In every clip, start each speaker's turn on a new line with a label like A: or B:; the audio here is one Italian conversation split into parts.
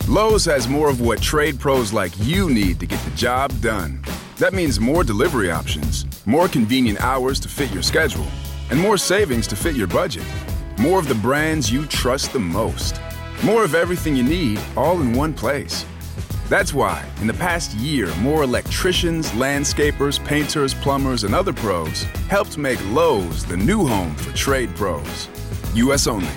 A: Lowe's has more of what trade pros like you need to get the job done. That means more delivery options, more convenient hours to fit your schedule, and more savings to fit your budget. More of the brands you trust the most. More of everything you need, all in one place. That's why, in the past year, more electricians, landscapers, painters, plumbers, and other pros helped make Lowe's the new home for trade pros. U.S. only.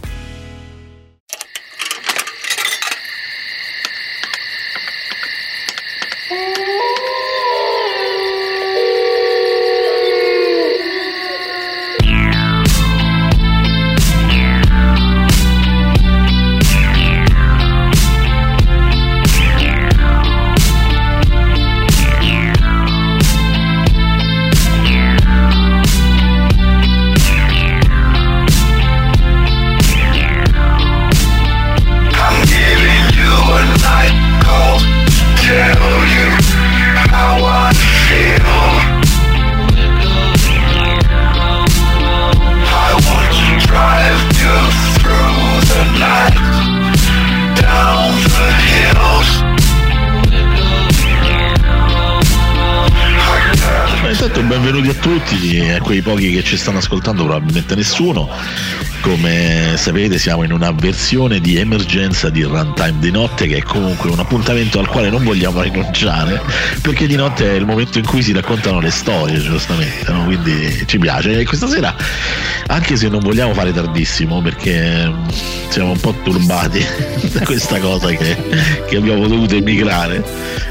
B: A quei pochi che ci stanno ascoltando, probabilmente nessuno. Come sapete siamo in una versione di emergenza di Runtime di notte, che è comunque un appuntamento al quale non vogliamo rinunciare, perché di notte è il momento in cui si raccontano le storie, giustamente, no? Quindi ci piace. E questa sera, anche se non vogliamo fare tardissimo, perché siamo un po' turbati da questa cosa che abbiamo dovuto emigrare,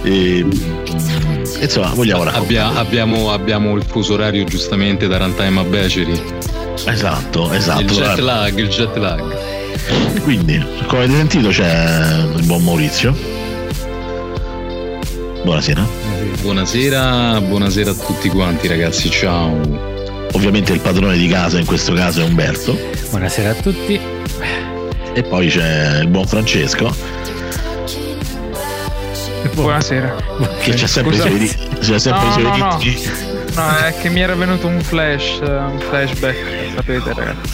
B: insomma vogliamo raccontare.
C: Abbiamo il fuso orario giustamente da Runtime a Beceri.
B: Esatto.
C: Il jet lag.
B: Quindi, come avete sentito, c'è il buon Maurizio. Buonasera.
C: Buonasera a tutti quanti, ragazzi, ciao.
B: Ovviamente il padrone di casa in questo caso è Umberto.
D: Buonasera a tutti.
B: E poi c'è il buon Francesco.
E: Buonasera.
B: Che c'è sempre i suoi diti.
E: No, è che mi era venuto un flashback, sapete, ragazzi.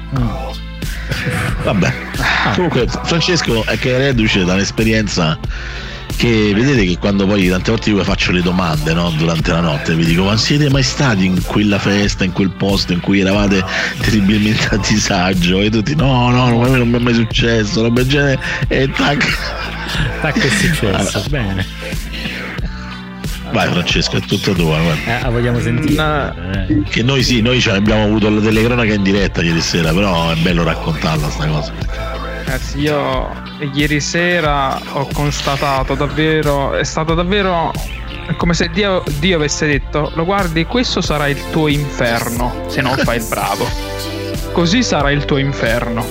B: Vabbè. Comunque Francesco è che è reduce da un'esperienza che vedete che quando poi tante volte io faccio le domande, no, durante la notte, vi dico: ma siete mai stati in quella festa, in quel posto in cui eravate terribilmente a disagio? E tutti no, non mi è mai successo, roba del genere. E tac
D: è successo. Bene.
B: Vai Francesco, è tutta tua, guarda.
D: Vogliamo sentire?
B: Che noi abbiamo avuto la telecronaca in diretta ieri sera, però è bello raccontarla sta cosa.
E: Ragazzi, io ieri sera ho constatato davvero, è stato davvero come se Dio avesse detto: lo guardi, questo sarà il tuo inferno se non fai il bravo, così sarà il tuo inferno.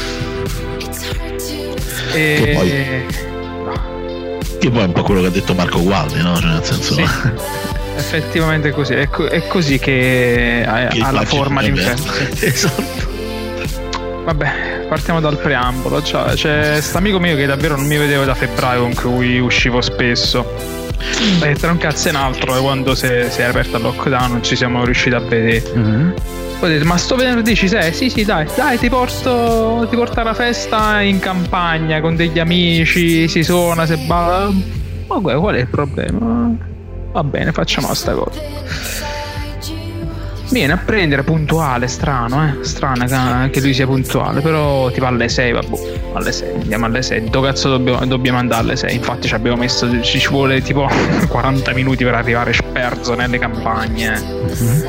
B: Che poi è un po' quello che ha detto Marco Gualdi, no? Cioè, nel senso,
E: sì, effettivamente così. È così che ha la forma d'inferno.
B: Esatto.
E: Vabbè, partiamo dal preambolo. Cioè, c'è st'amico mio che davvero non mi vedevo da febbraio, con cui uscivo spesso. E tra un cazzo e un altro, quando si è aperto il lockdown non ci siamo riusciti a vedere. Mm-hmm. Ho detto: ma sto venerdì ci sei? Sì, dai, ti porto alla festa in campagna con degli amici, si suona, si balla. Ma qual è il problema? Va bene, facciamo sta cosa. Viene a prendere puntuale, strano che lui sia puntuale, però tipo alle 6, vabbè, alle 6, andiamo alle 6, dove cazzo dobbiamo andare alle 6? Infatti ci vuole tipo 40 minuti per arrivare sperzo nelle campagne. Mm-hmm.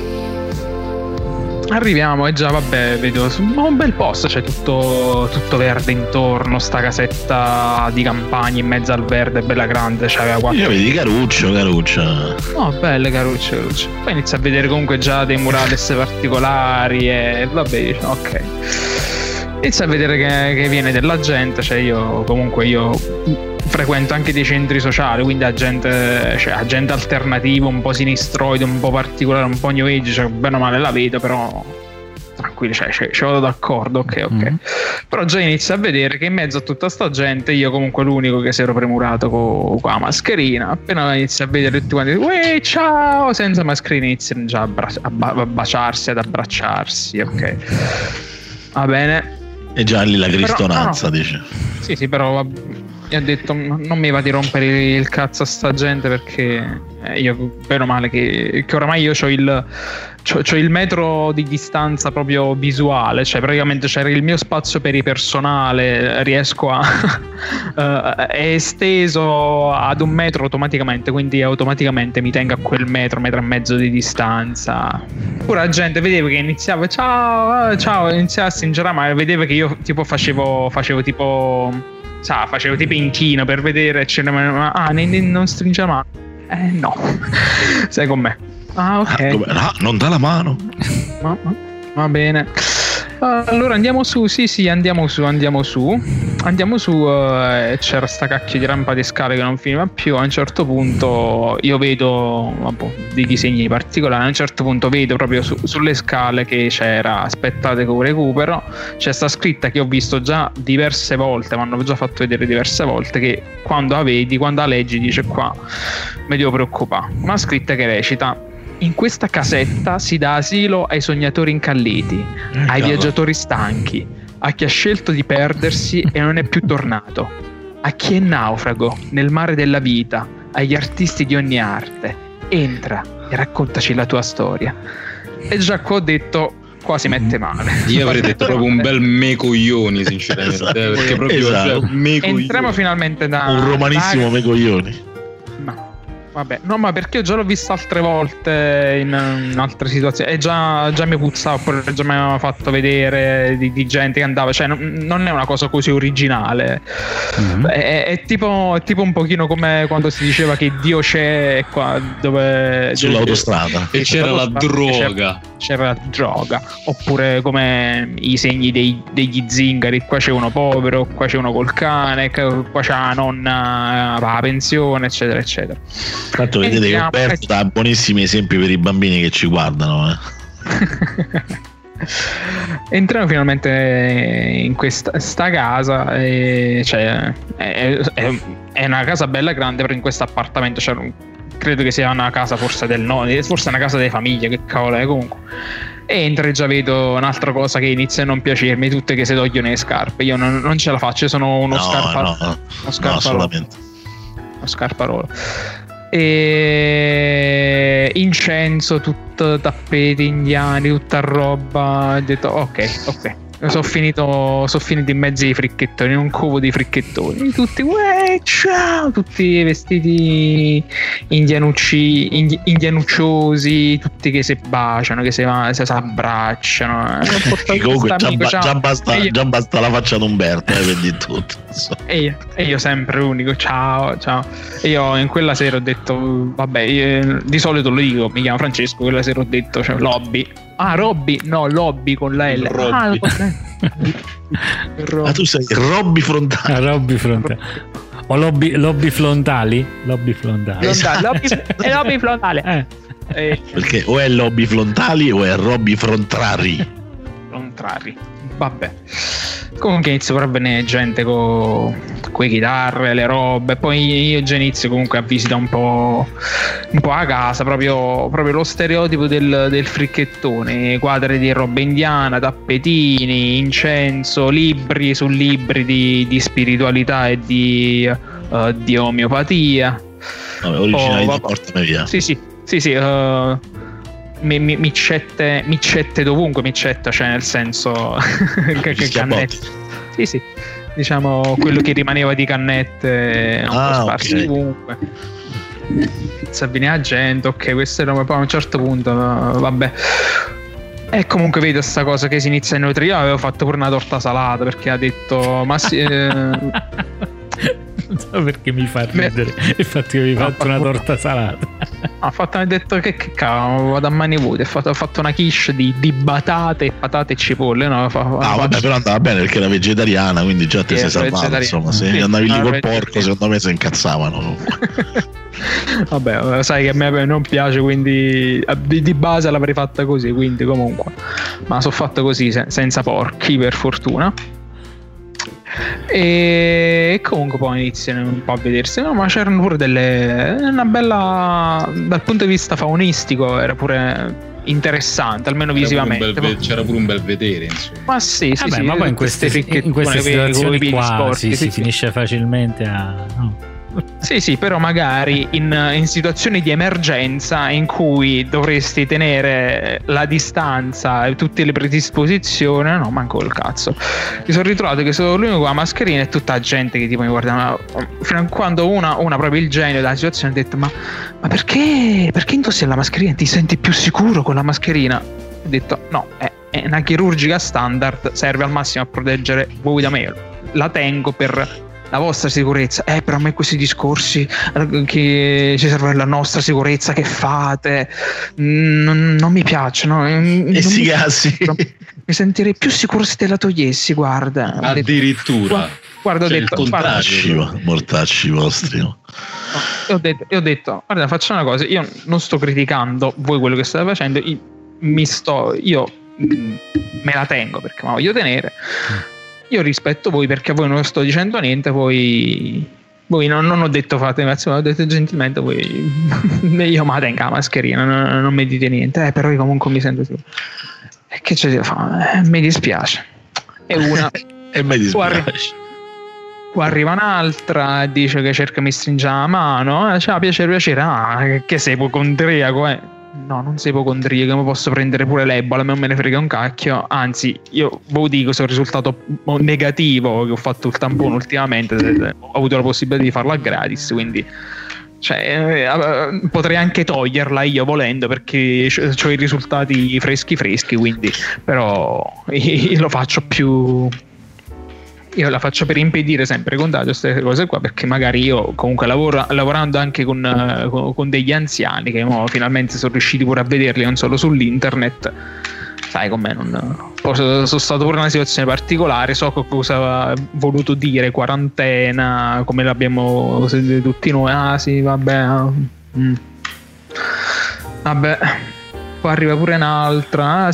E: Arriviamo e già vabbè, vedo un bel posto, c'è tutto verde intorno, sta casetta di campagna in mezzo al verde, bella grande, c'aveva 4.
B: Io vedi caruccia.
E: No, belle carucce. Poi inizia a vedere comunque già dei murales particolari e vabbè, dice, ok. Inizia a vedere che viene della gente, cioè io frequento anche dei centri sociali, quindi agente alternativo, un po' sinistroide, un po' particolare, un po' new age, cioè bene o male la vedo, però tranquillo, cioè ci vado d'accordo, ok. Mm-hmm. Però già inizio a vedere che in mezzo a tutta sta gente io comunque l'unico che si ero premurato con la mascherina. Appena inizio a vedere tutti quanti uè, ciao, senza mascherina iniziano già a baciarsi, ad abbracciarsi, ok. Va bene.
B: E già lì la cristonanza,
E: no.
B: dice.
E: Sì, però mi ha detto non mi va di rompere il cazzo a sta gente, perché io, bene o male, che oramai io c'ho il metro di distanza proprio visuale, cioè praticamente c'era il mio spazio peripersonale, riesco è esteso ad 1 metro automaticamente, quindi automaticamente mi tengo a quel metro e mezzo di distanza. Pure la gente vedevo che iniziava ciao, iniziava a stringere, ma vedevo che io tipo facevo tipo inchino per vedere, non stringe la mano. No. Sei con me. Ok.
B: Non dà la mano.
E: Va bene. Allora andiamo su. Sì, andiamo su. C'era sta cacchio di rampa di scale che non finiva più. A un certo punto io vedo dei disegni particolari. A un certo punto vedo proprio sulle scale che c'era aspettate che recupero. C'è sta scritta che ho visto già diverse volte, mi hanno già fatto vedere diverse volte, che quando la leggi dice qua mi devo preoccupare. Una scritta che recita: in questa casetta si dà asilo ai sognatori incalliti, ai viaggiatori stanchi, a chi ha scelto di perdersi e non è più tornato, a chi è naufrago nel mare della vita, agli artisti di ogni arte. Entra e raccontaci la tua storia. E già qua ho detto, qua si mette male.
C: Io avrei detto proprio un bel me coglioni, sinceramente.
B: Esatto.
C: Perché proprio
E: entriamo finalmente da
B: un romanissimo me coglioni.
E: Vabbè, no, ma perché io già l'ho vista altre volte in altre situazioni e già mi puzzava, oppure già mi aveva fatto vedere di gente che andava, cioè non è una cosa così originale. È tipo un pochino come quando si diceva che Dio c'è qua dove
B: sull'autostrada
C: e c'era la droga.
E: C'era la droga, oppure come i segni degli zingari, qua c'è uno povero, qua c'è uno col cane, qua c'è la nonna la pensione, eccetera eccetera.
B: Tanto vedete che Roberto dà buonissimi esempi per i bambini che ci guardano.
E: Entriamo finalmente in questa casa e, cioè, è una casa bella grande, però in questo appartamento credo che sia una casa forse del nonno, forse una casa di famiglia, che cavolo è. Comunque entro e già vedo un'altra cosa che inizia a non piacermi, tutte che si togliono le scarpe. Io non ce la faccio, io sono uno scarparolo. E incenso, tutto tappeti indiani, tutta roba. Ho detto ok. Sono finito in mezzo ai fricchettoni, in un covo di fricchettoni, tutti ciao, tutti vestiti indianucciosi, tutti che si baciano, che si abbracciano.
B: Comunque già basta la faccia d'Umberto per dire tutto.
E: E io sempre unico, ciao. E io in quella sera ho detto vabbè, di solito lo dico, mi chiamo Francesco, quella sera ho detto Lobby. Robby, no, Lobby con la L.
B: Tu sei Robby Frontali.
D: Robby Frontali. O lobby frontali? Lobby frontali.
E: Lobby frontale.
B: Perché o è Lobby Frontali o è Robby Frontari. Vabbè.
E: Comunque inizio proprio a venire gente con le chitarre, le robe. Poi io già inizio comunque a visitare un po' a casa, proprio lo stereotipo del fricchettone, quadri di roba indiana, tappetini, incenso, libri su libri di spiritualità e di omeopatia.
B: Vabbè, originalità, portami via.
E: Sì. Micette dovunque, cioè nel senso che cannette. Sì, diciamo quello che rimaneva di cannette un po' sparsi ovunque. Sabine a gente, ok, questo era, poi a un certo punto vabbè. E comunque vedo sta cosa che si inizia a nutrire. Io avevo fatto pure una torta salata perché ha detto ma sì,
D: non so perché mi fa ridere il fatto che mi fatto una torta salata.
E: Ha detto che cavolo, vado a mani vuote. Ho fatto una quiche di patate e cipolle.
B: Vabbè, però andava bene perché era vegetariana, quindi già ti sei salvato. Insomma, se andavi lì col porco, secondo me si incazzavano.
E: Vabbè, sai che a me non piace, quindi di base l'avrei fatta così. Quindi comunque, ma sono fatto così senza porchi, per fortuna. E comunque poi iniziano un po' a vedersi, ma c'erano pure una bella, dal punto di vista faunistico era pure interessante, almeno visivamente.
C: C'era pure un bel vedere, insomma.
E: Ma sì,
D: ma poi in queste situazioni qua si finisce facilmente a... No.
E: Sì, però magari in situazioni di emergenza in cui dovresti tenere la distanza e tutte le predisposizioni, no, manco il cazzo. Mi sono ritrovato che sono l'unico con la mascherina e tutta gente che tipo mi guarda, fino a quando una proprio il genio della situazione ha detto ma perché indossi la mascherina? Ti senti più sicuro con la mascherina? Ho detto no, è una chirurgica standard, serve al massimo a proteggere voi da me, la tengo per la vostra sicurezza. Però a me questi discorsi che ci serve la nostra sicurezza che fate non mi piacciono.
B: E sti cazzi,
E: mi sentirei più sicuro se te la togliessi, guarda.
C: Addirittura
E: guarda, ho detto
B: mortacci vostri, no?
E: Ho detto guarda, facciamo una cosa, io non sto criticando voi quello che state facendo, io me la tengo perché me la voglio tenere. Io rispetto voi perché a voi non sto dicendo niente, voi non ho detto fate ma ho detto gentilmente voi io me la tengo la mascherina, non mi dite niente, però io comunque mi sento sicuro. E che c'è da fare? Mi dispiace. E una
B: e mi dispiace.
E: Poi arriva un'altra e dice che cerca mi stringe la mano, piacere, che sei ipocondriaco, No, non sei ipocondriaco, mi posso prendere pure l'Ebola, non me ne frega un cacchio. Anzi, io ve lo dico, se ho un risultato negativo, che ho fatto il tampone ultimamente, ho avuto la possibilità di farlo a gratis, quindi potrei anche toglierla io volendo, perché ho i risultati freschi, quindi però io lo faccio più... Io la faccio per impedire sempre contagio, queste cose qua, perché magari io comunque lavorando anche con degli anziani che finalmente sono riusciti pure a vederli non solo sull'internet, sai com'è, sono stato pure in una situazione particolare, so cosa ha voluto dire quarantena, come l'abbiamo sentito tutti noi, sì vabbè. Poi arriva pure un'altra,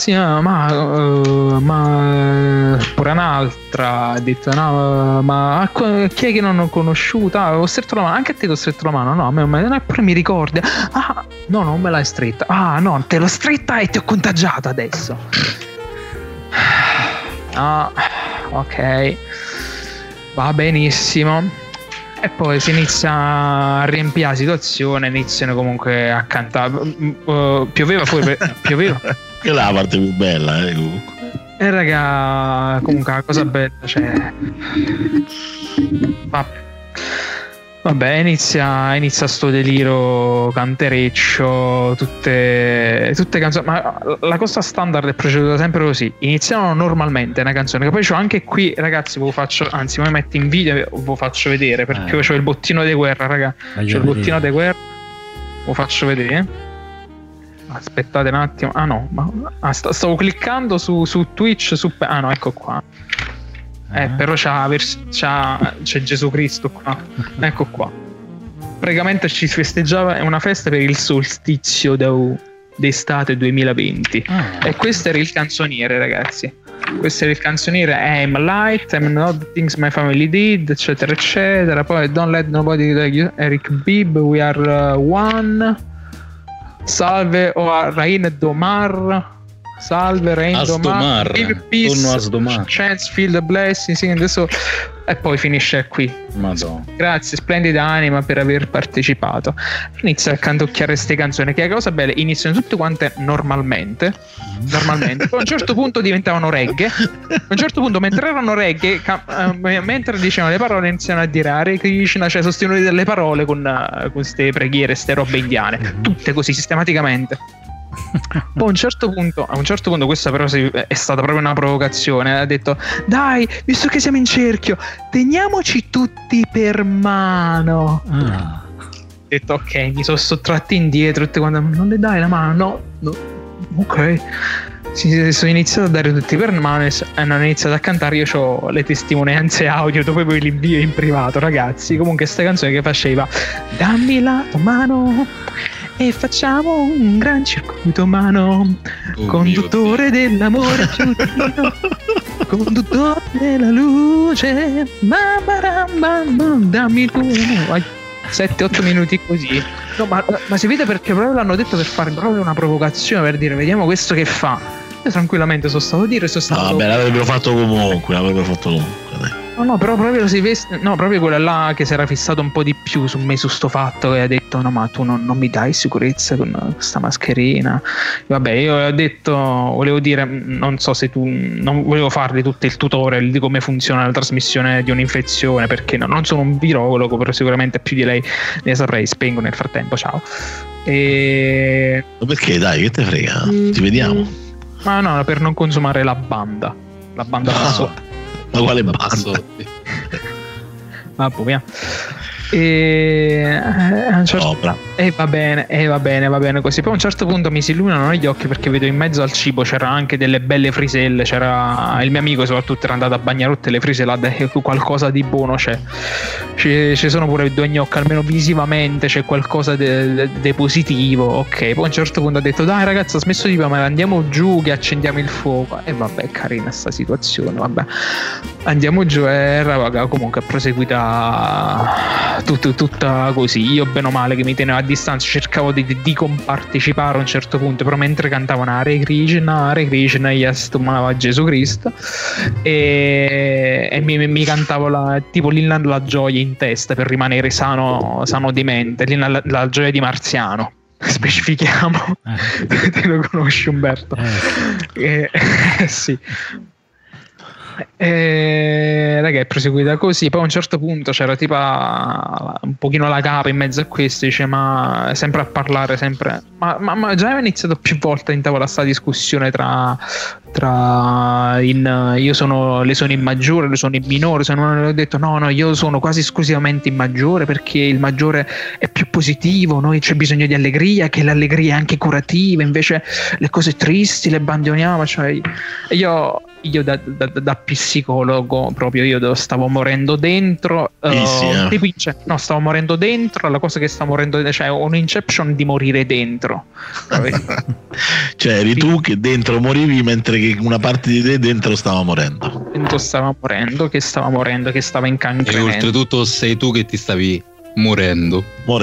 E: ma pure un'altra ha detto no, ma chi è che non ho conosciuto? Ho stretto la mano, anche a te ti ho stretto la mano, no, a me pure mi ricordi, no, non me l'hai stretta, no, te l'ho stretta e ti ho contagiato adesso. Ok, va benissimo. E poi si inizia a riempire la situazione, iniziano comunque a cantare. Pioveva poi. Pioveva.
B: Che è la parte più bella, comunque.
E: Raga, comunque la cosa bella, cioè. Vabbè, inizia sto delirio cantereccio, tutte canzoni, ma la cosa standard è proceduta sempre così. Iniziano normalmente una canzone, che poi c'ho anche qui, ragazzi, ve lo faccio, anzi me metto in video ve lo faccio vedere, perché c'ho il bottino di guerra, raga. C'ho il bottino di guerra, lo faccio vedere. Aspettate un attimo. Stavo cliccando su Twitch, no, ecco qua. Però c'è Gesù Cristo qua. Ecco qua. Praticamente ci festeggiava, è una festa per il solstizio d'estate 2020. E questo era il canzoniere, ragazzi. Questo era il canzoniere. I'm light, I'm not the things my family did, eccetera eccetera. Poi Don't let nobody like you, Eric Bibb, We are one. Salve Rain Domar. Salve Rain Domar,
C: Asdomar,
E: Chance Feel the Blessing, adesso. E poi finisce qui.
B: Madonna.
E: Grazie, splendida anima per aver partecipato. Inizia a cantocchiare queste canzoni, che è cosa bella, iniziano tutte quante normalmente. Poi a un certo punto diventavano reggae. A un certo punto, mentre erano reggae, mentre dicevano le parole, iniziano a dire Hare Krishna, cioè sostenuti delle parole con queste preghiere, queste robe indiane, tutte così sistematicamente. Poi a un certo punto questa però è stata proprio una provocazione, ha detto dai, visto che siamo in cerchio, teniamoci tutti per mano. Ho detto ok, mi sono sottratti indietro, tutte quante, non le dai la mano? No. Ok, sono iniziato a dare tutti per mano e hanno iniziato a cantare. Io ho le testimonianze audio, dopo poi li invio in privato, ragazzi. Comunque questa canzone che faceva dammi la tua mano e facciamo un gran circuito umano, conduttore dell'amore cittadino, conduttore della luce, dammi tu. 7-8 minuti così. No, ma si vede perché proprio l'hanno detto per fare proprio una provocazione, per dire vediamo questo che fa. Io tranquillamente sono stato a dire
B: vabbè, l'avrebbero fatto comunque, dai.
E: No, però proprio si veste. No, proprio quella là che si era fissato un po' di più su me, su sto fatto, che ha detto no, ma tu non mi dai sicurezza con questa mascherina. Vabbè, io ho detto, volevo dire, non so se tu, non volevo fargli tutto il tutorial di come funziona la trasmissione di un'infezione, perché non sono un virologo, però sicuramente più di lei ne saprei. Spengo nel frattempo, ciao.
B: Perché dai, che te frega? Ti vediamo.
E: Ma no, per non consumare la banda Passotti.
B: Ma quale banda?
E: Vabbè, via. Va bene così. Poi a un certo punto mi si illuminano gli occhi perché vedo in mezzo al cibo c'era anche delle belle friselle, c'era il mio amico soprattutto era andato a bagnare tutte le frisellate e qualcosa di buono c'è. Ci sono pure due gnocche, almeno visivamente c'è qualcosa di positivo. Ok, poi a un certo punto ha detto dai ragazzi, ho smesso di bere, andiamo giù che accendiamo il fuoco. E vabbè, carina sta situazione, vabbè, andiamo giù. E raga, comunque è proseguita tutta così. Io bene o male che mi tenevo a distanza, cercavo di compartecipare a un certo punto, però mentre cantavano Hare Krishna yes to Gesù Cristo e mi cantavo tipo l'inno della gioia in testa per rimanere sano di mente, l'inno della gioia di Marziano. Specifichiamo. Te lo conosci, Umberto? Sì. Raga, è proseguita così. Poi a un certo punto c'era tipo un pochino la capa in mezzo a questo, dice ma sempre a parlare sempre ma già avevo iniziato più volte a intavolare questa discussione tra io sono in maggiore, le sono in minore. Se non ho detto no, io sono quasi esclusivamente in maggiore perché il maggiore è più positivo, noi c'è bisogno di allegria, che l'allegria è anche curativa, invece le cose tristi le abbandoniamo. Cioè io da psicologo proprio io stavo morendo dentro, stavo morendo dentro. La cosa che stavo morendo dentro, cioè un inception di morire dentro.
B: Cioè eri tu che dentro morivi mentre che una parte di te dentro stava morendo.
E: Che stava incancrenendo.
C: E oltretutto sei tu che ti stavi morendo.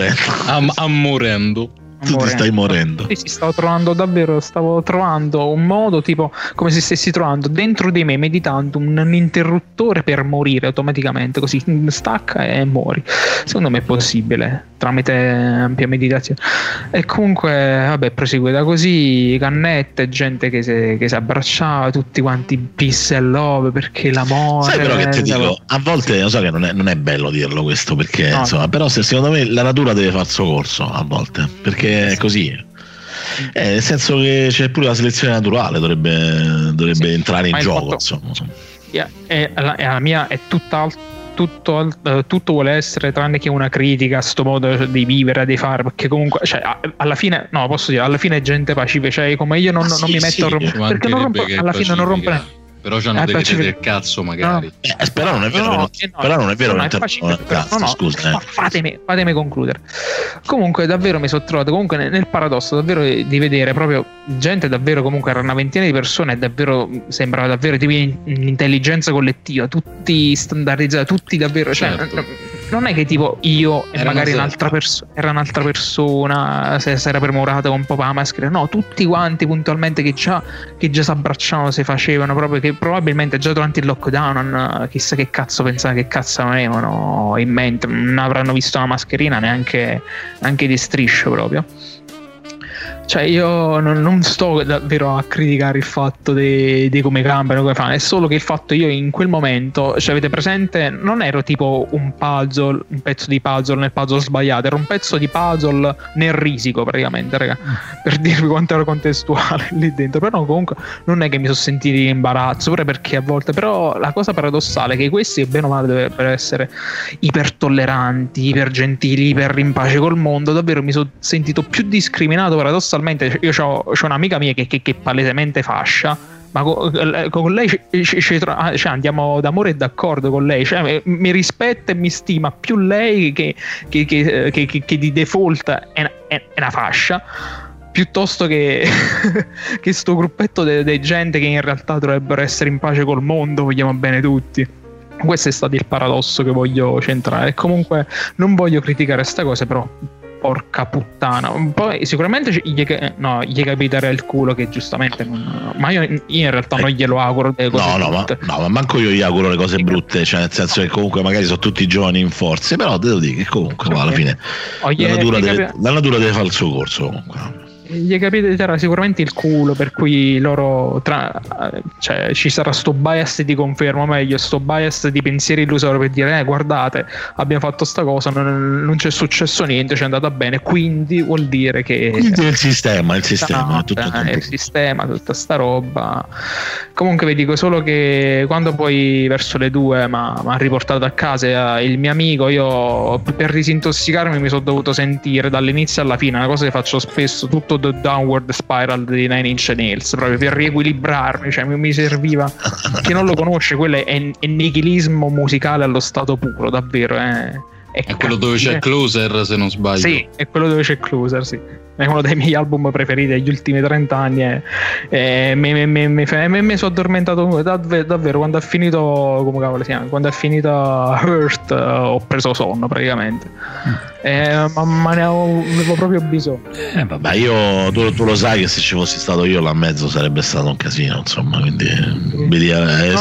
C: Morendo.
B: Tu ti stai morendo.
E: Sì, stavo trovando un modo, tipo come se stessi trovando dentro di me, meditando, un interruttore per morire automaticamente, così stacca e muori. Secondo me è possibile tramite ampia meditazione. E comunque vabbè, proseguita così, cannette, gente che si abbracciava, tutti quanti peace e love, perché l'amore.
B: Sai però che ti dico, a volte lo so che non è bello dirlo questo, perché no, insomma, però secondo me la natura deve far il suo corso a volte, perché è così, nel senso che c'è pure la selezione naturale, dovrebbe entrare in gioco, insomma.
E: La mia è tutto vuole essere tranne che una critica a sto modo di vivere, di fare, perché comunque cioè, alla fine no, posso dire, alla fine è gente pacifica, cioè come io non mi metto a rompere, perché non rompo, alla fine non rompere.
C: Però c'hanno delle idee del cazzo magari.
B: Però non è vero, però non è vero,
E: scusa. Fatemi concludere. Comunque davvero mi sono trovato comunque nel paradosso davvero di vedere proprio gente davvero, comunque era una ventina di persone e davvero sembrava davvero tipo un'intelligenza collettiva, tutti standardizzati, tutti davvero, cioè non è che tipo io e magari un'altra persona se era premurata con un po' la maschera, no, tutti quanti puntualmente che già si abbracciavano, si facevano, proprio che probabilmente già durante il lockdown chissà che cazzo pensavano, che cazzo avevano in mente, non avranno visto una mascherina neanche di striscio proprio. Cioè io non sto davvero a criticare il fatto di come cambiano, come fanno, è solo che il fatto io in quel momento, cioè avete presente, non ero tipo un pezzo di puzzle nel puzzle sbagliato, era un pezzo di puzzle nel risico praticamente, raga, per dirvi quanto ero contestuale lì dentro. Però comunque non è che mi sono sentito in imbarazzo, pure perché a volte, però la cosa paradossale è che questi bene o male dovrebbero essere iper tolleranti, iper gentili, iper in pace col mondo, davvero mi sono sentito più discriminato paradossalmente. Io c'ho un'amica mia che è palesemente fascia, ma con lei cioè andiamo d'amore e d'accordo con lei, cioè mi rispetta e mi stima più lei che di default è una fascia, piuttosto che sto gruppetto di gente che in realtà dovrebbero essere in pace col mondo, vogliamo bene tutti. Questo è stato il paradosso che voglio centrare. E comunque non voglio criticare sta cosa, però porca puttana. Poi sicuramente gli capiterà il culo, che giustamente ma io in realtà non glielo auguro le cose brutte.
B: Ma manco io gli auguro le cose brutte, cioè nel senso che comunque magari sono tutti giovani in forze, però devo dire che comunque alla fine la natura deve fare il suo corso comunque.
E: Gli capiterà sicuramente il culo, per cui loro cioè ci sarà sto bias di conferma, meglio sto bias di pensieri illusori, per dire guardate, abbiamo fatto sta cosa, non c'è successo niente, ci è andata bene, quindi vuol dire che
B: il sistema
E: tutta sta roba. Comunque vi dico solo che quando poi verso le 2 mi ha riportato a casa il mio amico, io per disintossicarmi mi sono dovuto sentire dall'inizio alla fine, una cosa che faccio spesso, tutto The Downward Spiral di Nine Inch Nails, proprio per riequilibrarmi, cioè mi serviva. Chi non lo conosce, quello è nichilismo musicale allo stato puro, davvero.
C: È quello dove c'è Closer, se non sbaglio.
E: Sì, è quello dove c'è Closer, sì. È uno dei miei album preferiti degli ultimi 30 anni. Mi sono addormentato davvero quando ha finito, come cavolo si chiama? Quando ha finito Hurt, ho preso sonno praticamente. Ma ne avevo proprio bisogno.
B: Vabbè, io tu lo sai che se ci fossi stato io là in mezzo sarebbe stato un casino, insomma, quindi è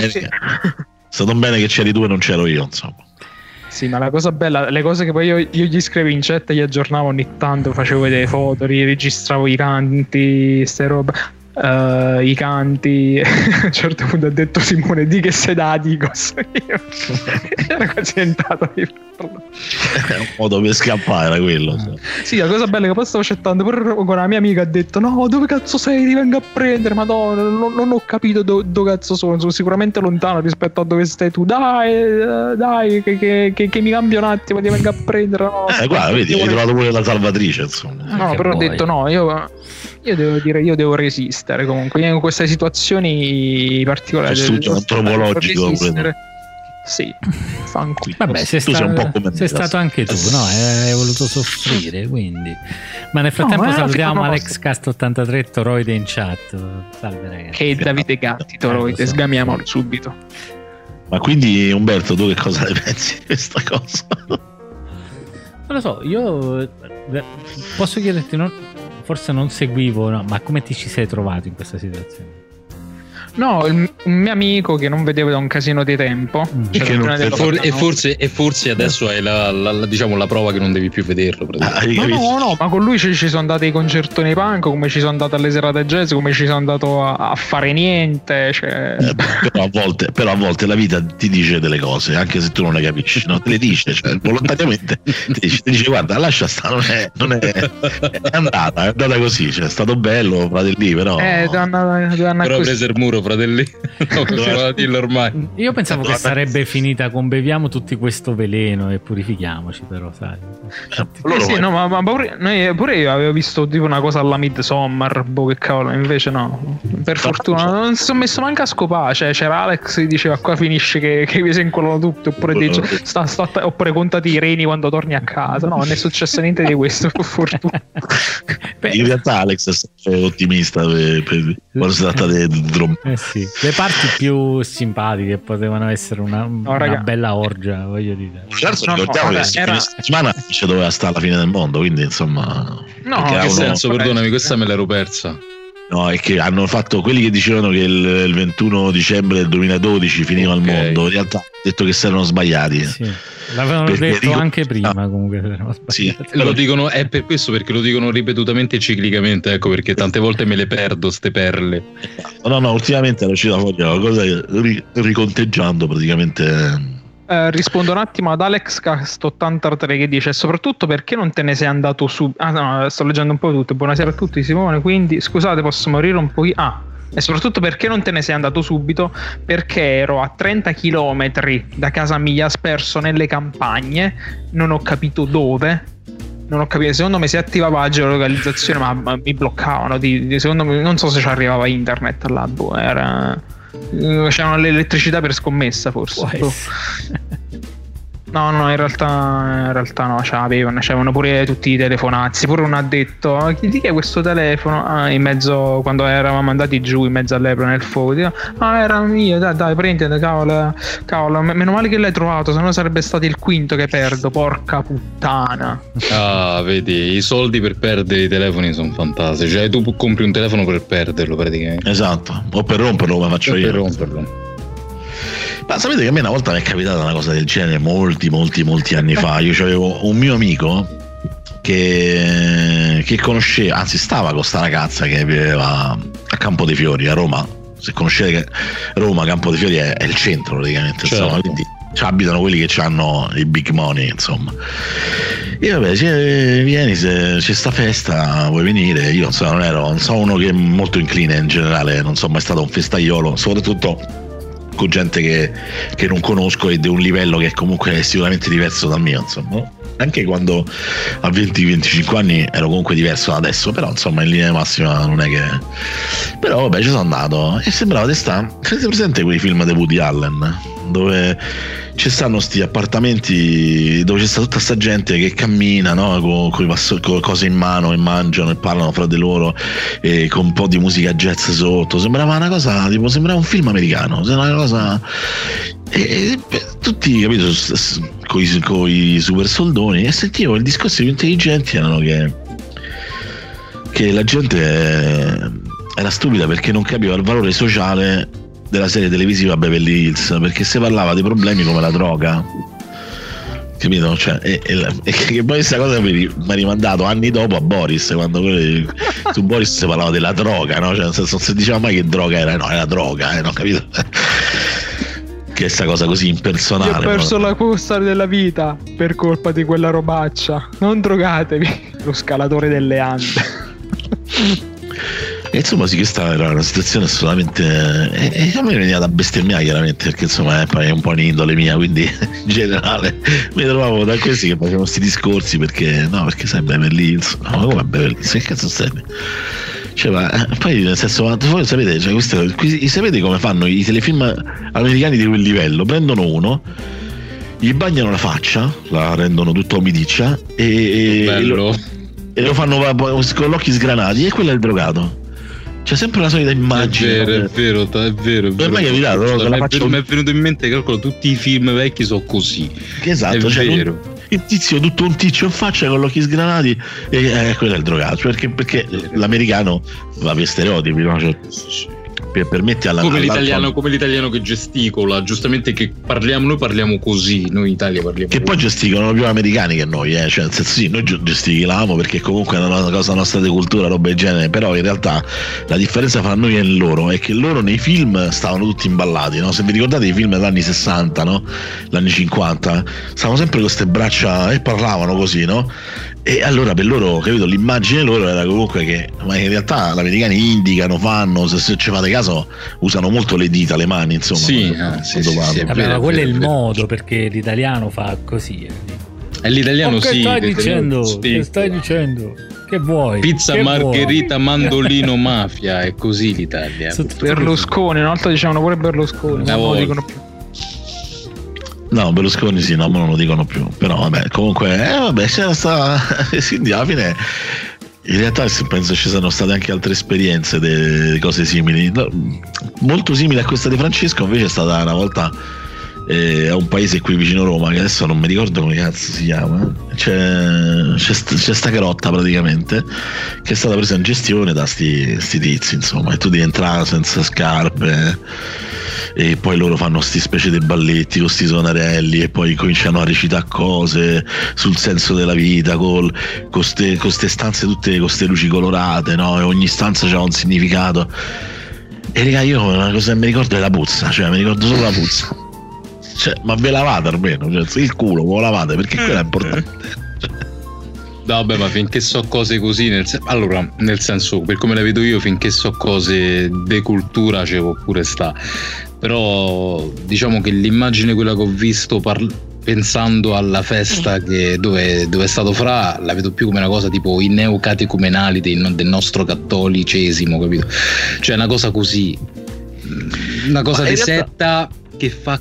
B: stato un bene che c'eri tu e non c'ero io, insomma.
E: Sì, ma la cosa bella, le cose che poi io gli scrivevo in chat, gli aggiornavo ogni tanto, facevo vedere foto, registravo i canti, ste robe, i canti. A un certo punto ha detto Simone, di che sei da Adigos? Io ero contentato di farlo.
B: È un modo per scappare quello.
E: Sì, la cosa bella è che poi stavo chattando pure con una mia amica, ha detto no, dove cazzo sei, ti vengo a prendere, madonna, non ho capito dove cazzo sono sicuramente lontano rispetto a dove stai tu, dai che mi cambio un attimo, ti vengo a prendere. No,
B: guarda, vedi, hai trovato pure la salvatrice, insomma.
E: No, però ho detto no, io devo dire, io devo resistere comunque in queste situazioni particolari.
B: Studio antropologico.
E: Sì, fanculo.
D: Vabbè, sei stato anche tu, no? Hai voluto soffrire, quindi. Ma nel frattempo salutiamo Alex Cast 83 Toroide in chat. Salve ragazzi.
E: Che è Davide Gatti Toroide, sgamiamolo subito.
B: Ma quindi Umberto, tu che cosa ne pensi di questa cosa?
D: Non lo so, io posso chiederti, forse non seguivo, no, ma come ti ci sei trovato in questa situazione?
E: No, un mio amico che non vedevo da un casino di tempo.
C: E forse adesso hai diciamo la prova che non devi più vederlo.
E: No, ma con lui ci sono andati ai concertoni punk, come ci sono andato alle serate jazz, come ci sono andato a fare niente. Cioè...
B: però a volte la vita ti dice delle cose, anche se tu non le capisci, no? Te le dice, cioè, volontariamente ti dice guarda, lascia stare, non è andata così, cioè, è stato bello, fratelli, però
C: però prese il muro, fratelli. Ormai.
D: Io pensavo che sarebbe finita con beviamo tutti questo veleno e purifichiamoci, però sai.
E: Sì, no, ma pure io avevo visto tipo una cosa alla Midsommar, che cavolo, invece no. Per fortuna non si sono messo manco a scopare, cioè c'era Alex che diceva qua finisce che vi si incolano tutti, oppure dice oppure contati i reni quando torni a casa. No, non è successo niente di questo, per fortuna.
B: In realtà Alex è sempre ottimista quando si tratta di
D: sì. Le parti più simpatiche potevano essere una bella orgia, voglio dire.
B: Certo, ricordiamo che la settimana ci doveva stare alla fine del mondo, quindi insomma.
C: No, che senso, perdonami, questa me l'ero persa.
B: No, è che hanno fatto quelli che dicevano che il 21 dicembre del 2012 finiva il mondo, in realtà hanno detto che si erano sbagliati. Sì.
D: L'avevano detto anche prima, comunque.
B: Sì.
C: Lo dicono, è per questo, perché lo dicono ripetutamente e ciclicamente, ecco perché tante volte me le perdo ste perle.
B: No, ultimamente era uscita fuori una cosa riconteggiando praticamente.
E: Rispondo un attimo ad Alex Cast 83 che dice soprattutto perché non te ne sei andato su. No, sto leggendo un po' tutto. Buonasera a tutti, Simone, quindi scusate, posso morire un po'. E soprattutto perché non te ne sei andato subito, perché ero a 30 km da casa mia, sperso nelle campagne, non ho capito dove, non ho capito, secondo me si attivava la geolocalizzazione ma mi bloccavano, secondo me non so se ci arrivava internet là, c'erano l'elettricità per scommessa forse. No, in realtà no, c'avevano pure tutti i telefonazzi, pure uno ha detto di che è questo telefono? In mezzo, quando eravamo andati giù in mezzo all'Ebro nel fuoco, era mio, dai prendete, cavolo, meno male che l'hai trovato, sennò sarebbe stato il quinto che perdo, porca puttana.
C: Ah, vedi, i soldi per perdere i telefoni sono fantastici, cioè tu compri un telefono per perderlo praticamente.
B: Esatto, o per romperlo come faccio io.
C: Per romperlo.
B: Ma sapete che a me una volta mi è capitata una cosa del genere molti anni fa. Io avevo un mio amico che conosceva, anzi stava con sta ragazza che viveva a Campo dei Fiori a Roma. Se conoscete che Roma, Campo dei Fiori è il centro praticamente,
C: certo.
B: Insomma, quindi ci abitano quelli che hanno i big money, insomma. E vabbè, se vieni, se c'è sta festa, vuoi venire? Io non so uno che è molto incline in generale, non sono mai stato un festaiolo, soprattutto con gente che non conosco e di un livello che comunque è sicuramente diverso dal mio, insomma. Anche quando a 20-25 anni ero comunque diverso da adesso, però insomma in linea massima non è che... Però vabbè, ci sono andato e sembrava di stare... Avete presente quei film di Woody Allen? Dove ci stanno sti appartamenti dove c'è sta tutta sta gente che cammina, no? Con cose in mano e mangiano e parlano fra di loro e con un po' di musica jazz sotto. Sembrava una cosa tipo, sembrava un film americano, sembrava una cosa... E tutti, capito, con i super soldoni, e sentivo il discorso più intelligenti erano che la gente era stupida perché non capiva il valore sociale della serie televisiva Beverly Hills, perché si parlava di problemi come la droga, capito? Cioè, e che poi questa cosa mi ha rimandato anni dopo a Boris, quando su Boris si parlava della droga, no? Cioè, nel senso, non si diceva mai che droga era, no, era droga, no, capito? Che è sta cosa così impersonale.
E: Io ho perso la custodia della vita per colpa di quella robaccia. Non drogatevi. Lo scalatore delle Ande.
B: E insomma sì, questa era una situazione assolutamente... E a me veniva da bestemmiare chiaramente, perché insomma è un po' un'indole mia, quindi in generale mi trovavo da questi che facevano questi discorsi perché sai Beverly Hills, no, ma come Beverly Hills, che cazzo stai? Cioè, ma poi nel senso, voi sapete, cioè, sapete come fanno i telefilm americani di quel livello? Prendono uno, gli bagnano la faccia, la rendono tutta umidiccia e lo fanno con gli occhi sgranati, e quello è il drogato. C'è sempre la solita immagine.
C: È vero.
B: Per me è capitato,
C: mi è venuto in mente che tutti i film vecchi sono così.
B: Esatto,
C: è vero.
B: Il tizio, tutto un tizio in faccia con gli occhi sgranati, e quello è il drogato, perché l'americano va per stereotipi, no? Cioè, permette
C: come l'italiano che gesticola, giustamente, che noi parliamo così, noi in Italia parliamo
B: che
C: così.
B: Poi gesticolano più americani che noi, cioè nel senso, sì, noi gesticoliamo perché comunque è una cosa nostra di cultura, roba del genere, però in realtà la differenza fra noi e loro è che loro nei film stavano tutti imballati, no? Se vi ricordate i film degli anni 60, no? Gli anni 50, stavano sempre con queste braccia e parlavano così, no? E allora per loro, capito, l'immagine loro era comunque che, ma in realtà gli americani indicano, fanno, se ci fate caso usano molto le dita, le mani, insomma.
C: Sì,
D: ma quello è il modo, perché l'italiano fa così.
C: E l'italiano
D: che stai dicendo? Che vuoi?
C: Pizza,
D: che
C: margherita,
D: vuoi?
C: Mandolino, mafia, è così l'Italia.
E: Berlusconi, una volta dicevano pure Berlusconi, non lo dicono più.
B: No, Berlusconi sì, no, ma non lo dicono più. Però vabbè, comunque, c'era sta... Quindi alla fine, in realtà penso ci siano state anche altre esperienze di cose simili. Molto simile a questa di Francesco, invece è stata una volta a un paese qui vicino a Roma, che adesso non mi ricordo come cazzo si chiama. C'è sta grotta praticamente, che è stata presa in gestione da sti tizi, insomma, e tu devi entrare senza scarpe. E poi loro fanno sti specie di balletti con sti sonarelli e poi cominciano a recitare cose sul senso della vita con ste stanze tutte con ste luci colorate, no? E ogni stanza c'ha un significato. E raga, io una cosa che mi ricordo è la puzza, cioè mi ricordo solo la puzza. Cioè, ma ve lavate almeno, cioè, il culo ve lo lavate, perché quello è importante.
C: No, vabbè, ma finché so cose così, allora, nel senso, per come la vedo io, finché so cose de cultura, cioè, può pure sta. Però diciamo che l'immagine quella che ho visto pensando alla festa dove è stato Fra, la vedo più come una cosa tipo i neocatecumenali del nostro cattolicesimo, capito? Cioè una cosa così, una cosa di setta che fa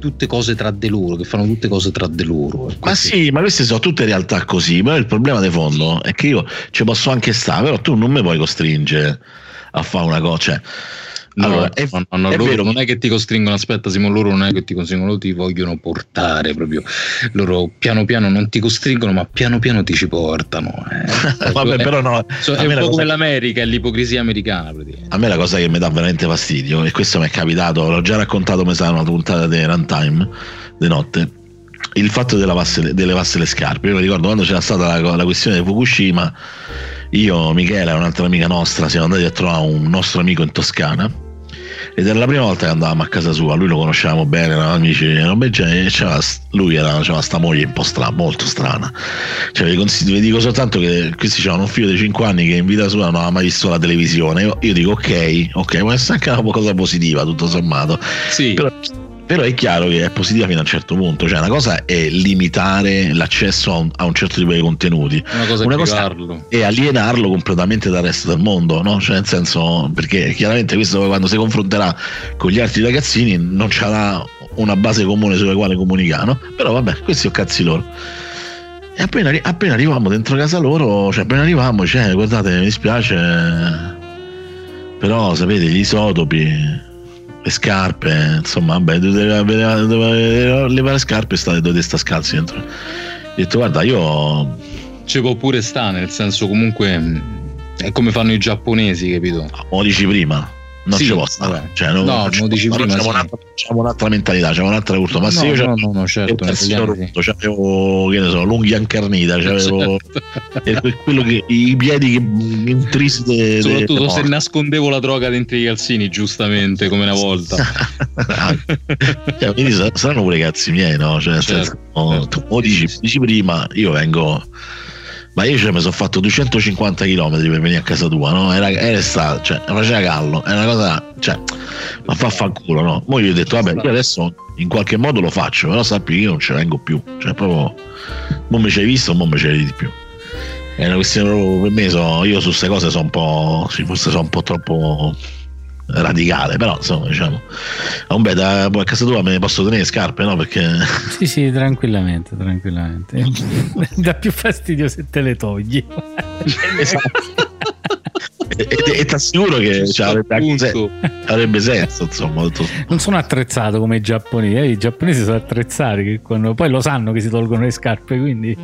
C: tutte cose tra di loro, che fanno tutte cose tra di loro.
B: Ma sì, ma queste sono tutte realtà così, però il problema di fondo è che io ci posso anche stare, però tu non mi puoi costringere a fare una cosa, cioè,
C: no,
B: allora, è
C: loro
B: vero,
C: non è che ti costringono, aspetta Simone, loro non è che ti costringono, loro ti vogliono portare proprio, loro piano piano non ti costringono, ma piano piano ti ci portano.
B: Vabbè, però no,
C: è un po' come l'America, è l'ipocrisia americana praticamente.
B: A me la cosa che mi dà veramente fastidio, e questo mi è capitato, l'ho già raccontato, mi sa, una puntata di Runtime di notte, il fatto di levarsi le scarpe. Io mi ricordo quando c'era stata la questione di Fukushima, io, Michela e un'altra amica nostra siamo andati a trovare un nostro amico in Toscana, ed era la prima volta che andavamo a casa sua. Lui lo conoscevamo bene, eravamo amici, lui aveva sta moglie un po' strana, molto strana, cioè, vi dico soltanto che questi c'erano un figlio di 5 anni che in vita sua non aveva mai visto la televisione. Io dico ok, può essere anche una cosa positiva tutto sommato,
C: sì.
B: Però è chiaro che è positiva fino a un certo punto, cioè una cosa è limitare l'accesso a un certo tipo di contenuti, una cosa è alienarlo completamente dal resto del mondo, no? Cioè, nel senso, perché chiaramente questo quando si confronterà con gli altri ragazzini non c'era una base comune sulla quale comunicare, no? Però vabbè, questi sono cazzi loro. E appena arrivavamo dentro casa loro, guardate, mi dispiace, però sapete, gli isotopi, le scarpe, insomma, vabbè, doveva levare le scarpe e dovete sta scalzi dentro. Ho detto, guarda, io
C: ci può pure stare, nel senso, comunque è come fanno i giapponesi, capito?
B: Lo dici prima, non ci può stare, cioè, lo dici prima, c'è un'altra mentalità, c'è un'altra cultura. Ma se io
C: certo,
B: c'avevo, che ne so, l'unghia incarnita, c'avevo quello che i piedi che intrisi,
C: soprattutto se nascondevo la droga dentro i calzini, giustamente, come una volta.
B: Cioè, quindi saranno pure cazzi miei, no? Cioè, certo. Tu dici prima, io vengo, ma io mi sono fatto 250 km per venire a casa tua, no? Era estate, cioè faceva callo, è una cosa, cioè, ma fa culo, no? Mo io ho detto, vabbè, io adesso in qualche modo lo faccio, però sappi che io non ci vengo più, cioè proprio, mo mi ci hai visto, mo mi ci vedi di più. È una questione proprio, per me io su queste cose sono un po', forse sono un po' troppo radicale, però insomma, diciamo, vabbè, a casa tua me ne posso tenere scarpe, no? Perché
D: sì, tranquillamente dà più fastidio se te le togli.
B: Esatto. E ti assicuro che avrebbe senso, insomma.
D: Non sono attrezzato come i giapponesi. I giapponesi sono attrezzati che quando poi lo sanno che si tolgono le scarpe, quindi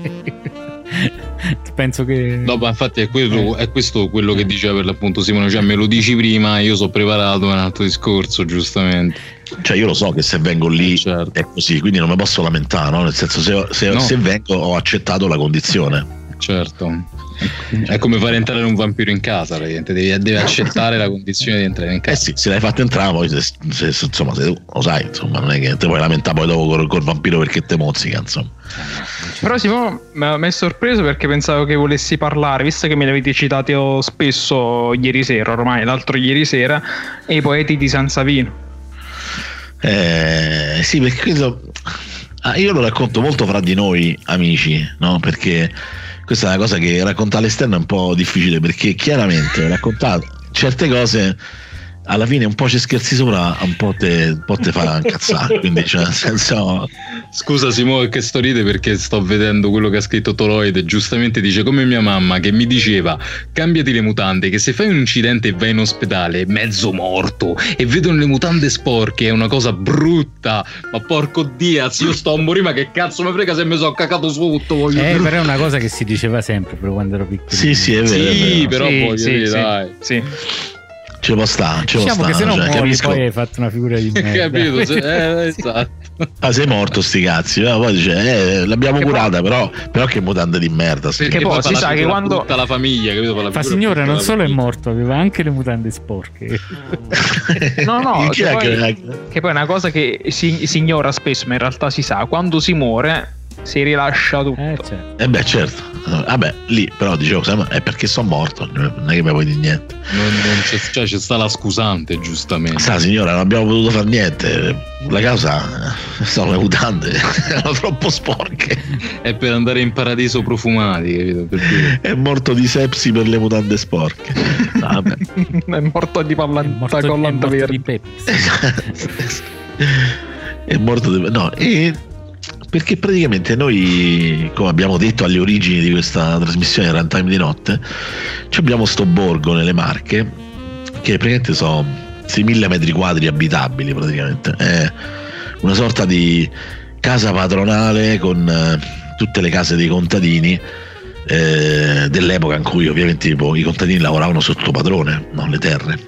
D: penso che
C: no, ma infatti è questo quello che diceva per l'appunto Simone, cioè me lo dici prima, io sono preparato a un altro discorso, giustamente.
B: Cioè io lo so che se vengo lì
C: certo,
B: è così, quindi non mi posso lamentare, no? Nel senso, se vengo ho accettato la condizione.
C: Certo, è come fare entrare un vampiro in casa, devi accettare la condizione di entrare in casa.
B: Sì, se l'hai fatto entrare, poi se tu lo sai, insomma, non è che te puoi lamentare poi dopo col vampiro perché te mozzica, insomma.
E: Però Simone mi è sorpreso perché pensavo che volessi parlare, visto che me li avete citati spesso ieri sera, ormai l'altro ieri sera, e i poeti di San Savino.
B: Sì, perché io lo racconto molto fra di noi amici, no? Perché questa è una cosa che raccontare all'esterno è un po' difficile, perché chiaramente raccontare certe cose alla fine un po' ci scherzi sopra, un po' te fa incazzare, quindi cioè, nel senso.
C: Scusa Simone che sto ride perché sto vedendo quello che ha scritto Toloide, giustamente dice come mia mamma che mi diceva cambiati le mutande che se fai un incidente e vai in ospedale mezzo morto e vedono le mutande sporche è una cosa brutta, ma porco Diaz io sto a morire, ma che cazzo mi frega se mi sono cacato sotto,
D: però è una cosa che si diceva sempre però quando ero piccolo.
B: Sì, è vero,
C: sì, però voglio dire, dai.
E: Sì.
B: Ce lo sta,
D: diciamo che se non muori poi hai fatto una figura di merda.
C: Capito? Esatto.
B: Sei morto sti cazzi, poi dice l'abbiamo curata, però che mutande di merda.
E: Perché poi si sa che quando
C: tutta la famiglia, capito?
D: La signora non solo è morto, aveva anche le mutande sporche.
E: No, che poi è una cosa che si ignora spesso, ma in realtà si sa, quando si muore si rilascia tutto.
B: Certo. Certo. Vabbè, lì però dicevo è perché sono morto, non è che mi vuoi dire niente.
C: C'è sta la scusante, giustamente.
B: Sa signora, non abbiamo potuto fare niente. La causa sono le mutande, erano troppo sporche.
C: È per andare in paradiso profumati, capito?
B: È morto di sepsi per le mutande sporche. Vabbè.
E: È morto di pallanta con l'anta verde.
B: È morto perché praticamente noi, come abbiamo detto alle origini di questa trasmissione Runtime di notte, abbiamo sto borgo nelle Marche che praticamente sono 6.000 metri quadri abitabili, praticamente è una sorta di casa padronale con tutte le case dei contadini dell'epoca in cui ovviamente i contadini lavoravano sotto padrone, no? Le terre.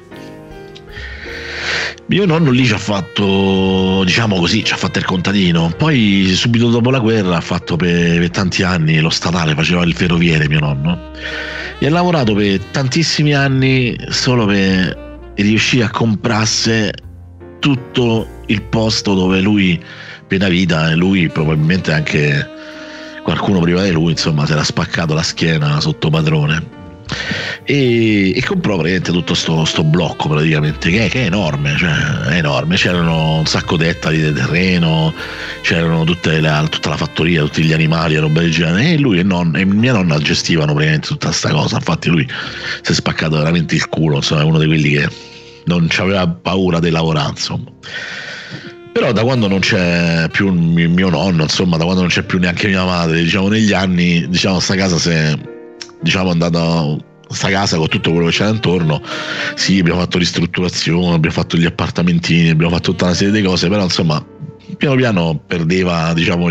B: Mio nonno lì ci ha fatto, diciamo così, ci ha fatto il contadino, poi subito dopo la guerra ha fatto per tanti anni lo statale, faceva il ferroviere mio nonno, e ha lavorato per tantissimi anni solo per riuscire a comprarsi tutto il posto dove lui per la vita, e lui probabilmente anche qualcuno prima di lui, insomma, si era spaccato la schiena sotto padrone. E comprò praticamente tutto sto blocco praticamente che è enorme, cioè è enorme, c'erano un sacco di ettari di terreno, c'erano tutta la fattoria, tutti gli animali e roba del genere, e lui e mia nonna gestivano praticamente tutta sta cosa. Infatti lui si è spaccato veramente il culo, insomma, è uno di quelli che non aveva paura di lavorare, insomma. Però da quando non c'è più mio nonno, insomma, da quando non c'è più neanche mia madre, diciamo negli anni, diciamo sta casa si è, diciamo, andata, sta casa con tutto quello che c'era intorno, sì, abbiamo fatto ristrutturazione, abbiamo fatto gli appartamentini, abbiamo fatto tutta una serie di cose, però insomma piano piano perdeva, diciamo,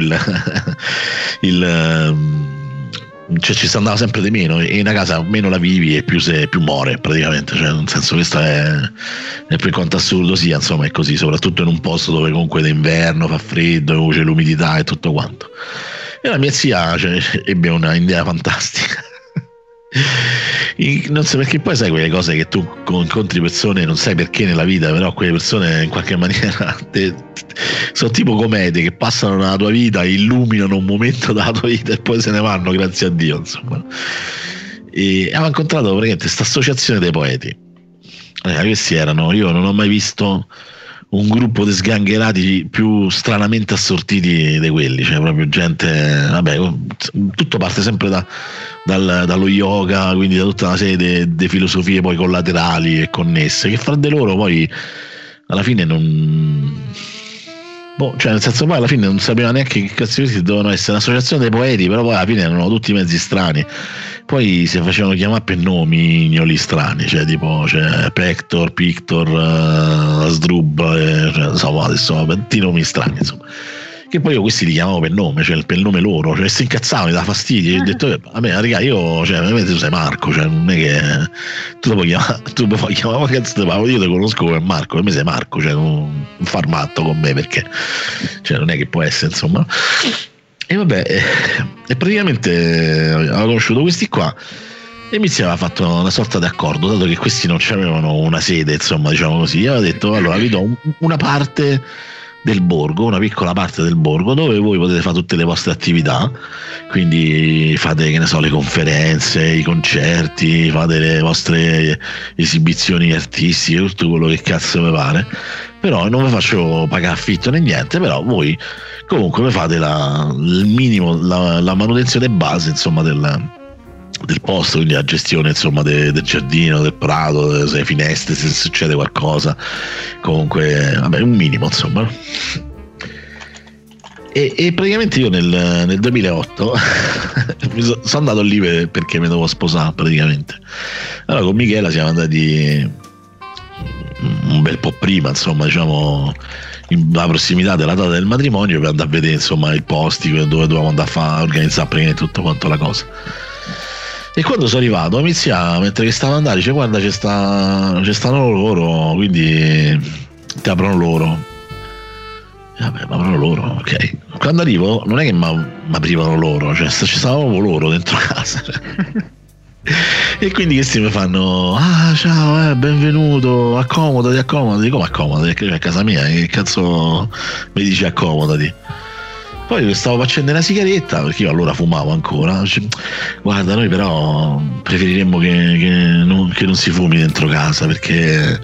B: cioè ci si andava sempre di meno, e in una casa meno la vivi e più muore praticamente, cioè nel senso, questo è per quanto assurdo sia, insomma è così, soprattutto in un posto dove comunque d'inverno fa freddo, dove c'è l'umidità e tutto quanto. E la mia zia, cioè, ebbe una idea fantastica. Non so perché, poi sai quelle cose che tu incontri persone, non sai perché nella vita, però quelle persone in qualche maniera sono tipo commedie che passano nella tua vita, illuminano un momento della tua vita e poi se ne vanno, grazie a Dio, insomma. E avevo incontrato praticamente questa associazione dei poeti, questi erano, io non ho mai visto un gruppo di sgangherati più stranamente assortiti di quelli, cioè proprio gente, vabbè, tutto parte sempre dallo yoga, quindi da tutta una serie di filosofie poi collaterali e connesse, che fra di loro poi alla fine cioè nel senso, poi alla fine non sapeva neanche che cazzo dovevano essere un'associazione dei poeti, però poi alla fine erano tutti mezzi strani, poi si facevano chiamare per nomi ignoli strani, cioè tipo Pictor, Asdrub, cioè, insomma adesso tanti nomi strani, insomma, che poi io questi li chiamavo per nome, cioè per nome loro, cioè si incazzavano, mi dà fastidio, ho detto a me raga, io, cioè tu sei Marco, cioè non è che tu puoi chiamare cazzo te parlo, io te conosco come Marco, per me sei Marco, cioè non far matto con me, perché cioè non è che può essere, insomma. E vabbè, e praticamente avevo conosciuto questi qua e mi si aveva fatto una sorta di accordo, dato che questi non avevano una sede, insomma, diciamo così, io avevo detto allora vi do una parte del borgo, una piccola parte del borgo dove voi potete fare tutte le vostre attività, quindi fate, che ne so, le conferenze, i concerti, fate le vostre esibizioni artistiche, tutto quello che cazzo vi pare, però non vi faccio pagare affitto né niente, però voi comunque vi fate il minimo, la manutenzione base, insomma, del posto, quindi la gestione, insomma, del giardino, del prato, delle finestre, se succede qualcosa, comunque vabbè, un minimo, insomma. E praticamente io nel 2008 sono andato lì perché mi dovevo sposare praticamente. Allora con Michela siamo andati un bel po' prima, insomma, diciamo la prossimità della data del matrimonio, per andare a vedere, insomma, i posti dove dovevamo andare a organizzare praticamente tutto quanto la cosa. E quando sono arrivato, mentre che stavo andando, dice guarda ci stanno loro, quindi ti aprono loro. E vabbè, ma aprono loro, ok. Quando arrivo non è che mi aprivano loro, cioè ci stavano loro dentro casa, cioè. E quindi questi mi fanno ciao, benvenuto, accomodati. Come accomodati? Perché è casa mia, che cazzo mi dici accomodati? Poi stavo facendo una sigaretta, perché io allora fumavo ancora. Guarda, noi però preferiremmo che non si fumi dentro casa, perché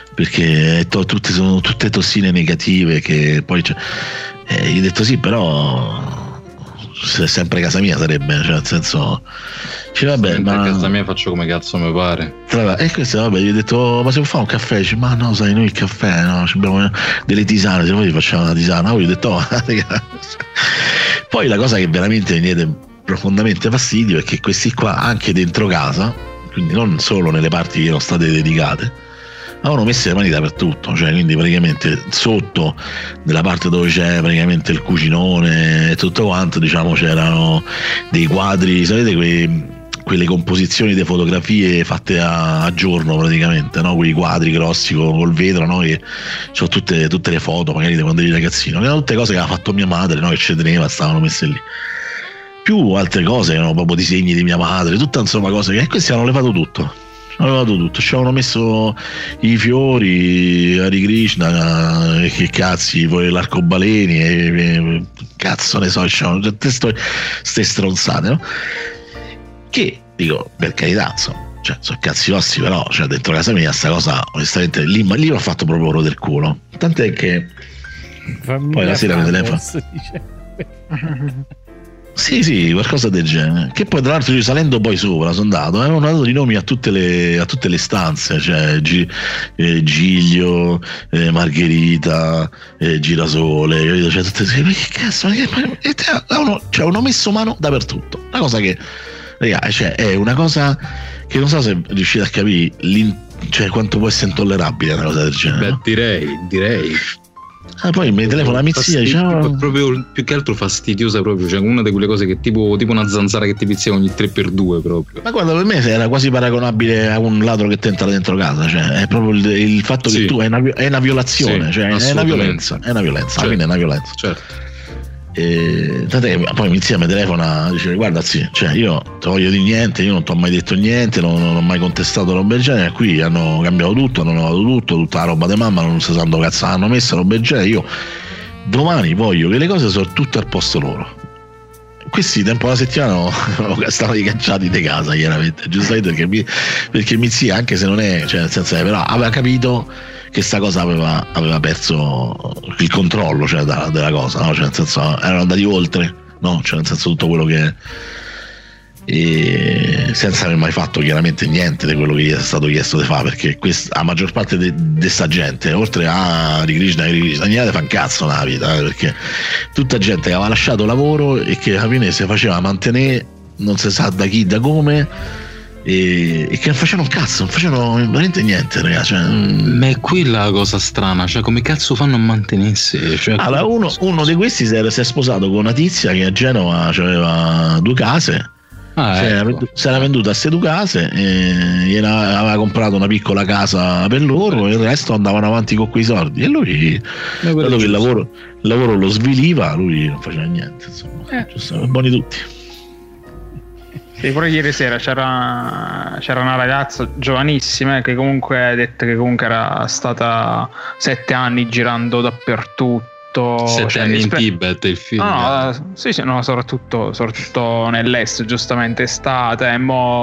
B: sono tutte tossine negative che poi gli ho detto sì, però sempre casa mia sarebbe, cioè nel senso, vabbè,
C: ma a casa mia faccio come cazzo mi pare.
B: E questo, vabbè, gli ho detto, ma se fa un caffè? Dice, ma no, sai, noi il caffè, no, abbiamo delle tisane, se noi facciamo una tisana. Poi gli ho detto, poi la cosa che veramente mi diede profondamente fastidio è che questi qua, anche dentro casa, quindi non solo nelle parti che erano state dedicate, avevano messo le mani dappertutto, cioè quindi praticamente sotto, nella parte dove c'è praticamente il cucinone e tutto quanto, diciamo, c'erano dei quadri, sapete quelle composizioni di fotografie fatte a giorno praticamente, no? Quei quadri grossi col vetro, no? Che c'ho tutte le foto magari di quando eri ragazzino, che erano tutte cose che aveva fatto mia madre, no? Che ci teneva, stavano messe lì, più altre cose che erano proprio disegni di mia madre, tutta insomma cose che questi hanno levato tutto. Ci avevano messo i fiori, Hare Krishna, che cazzi, poi l'arcobaleni, e cazzo ne so, c'erano tutte ste stronzate, no? Che dico, per carità, insomma, cioè, sono cazzi vostri, però cioè, dentro casa mia sta cosa onestamente lì mi ha fatto proprio rodere il culo, tant'è che poi la sera mi telefono. Sì, qualcosa del genere. Che poi tra l'altro io salendo poi sopra sono andato, avevano dato i nomi a tutte le stanze, cioè Giglio, Margherita, Girasole, cioè tutte, ma che cazzo, avevano messo mano dappertutto. Una cosa che, ragazzi, cioè, è una cosa che non so se riuscite a capire cioè quanto può essere intollerabile una cosa del genere.
C: Beh, direi.
B: Poi mi telefona la mia zia, diciamo,
C: proprio più che altro fastidiosa, proprio, cioè una di quelle cose che tipo una zanzara che ti pizzica ogni 3x2 proprio.
B: Ma guarda, per me era quasi paragonabile a un ladro che tenta dentro casa, cioè è proprio il fatto che tu è una violazione, sì, cioè è una violenza, certo. Alla fine è una violenza,
C: certo.
B: Tant'è che poi mia zia mi telefona, dice, guarda sì, cioè io ti voglio di niente, io non ti ho mai detto niente, non ho mai contestato roba del genere, qui hanno cambiato tutto, hanno levato tutto, tutta la roba di mamma, non si sa dove cazzo hanno messo roba del genere, io domani voglio che le cose sono tutte al posto loro. Questi tempo alla settimana stavano ricacciati di casa, chiaramente, giustamente, perché mia zia, anche se non è, cioè nel senso, però aveva capito che sta cosa aveva perso il controllo, cioè, della cosa, no? Cioè nel senso, erano andati oltre, no? Cioè nel senso, tutto quello che, senza aver mai fatto chiaramente niente di quello che gli è stato chiesto di fare, perché la maggior parte di sta gente, oltre a Hare Krishna, niente fa un cazzo nella vita, perché tutta gente che aveva lasciato lavoro e che alla fine si faceva mantenere non si sa da chi, da come, e che non facevano un cazzo, non facevano veramente niente, ragazzi, cioè,
C: ma è quella la cosa strana, cioè come cazzo fanno a mantenersi, cioè,
B: allora uno di questi si è sposato con una tizia che a Genova aveva 2 case. Si era venduta a queste 2 case, aveva comprato una piccola casa per loro e il resto andavano avanti con quei soldi, e lui, dato che il lavoro lo sviliva, lui non faceva niente, insomma, buoni tutti.
E: Sì, pure ieri sera c'era una ragazza giovanissima che comunque ha detto che comunque era stata 7 anni girando dappertutto.
C: 7 anni in Tibet il film.
E: Sì, no, soprattutto nell'est, giustamente estate,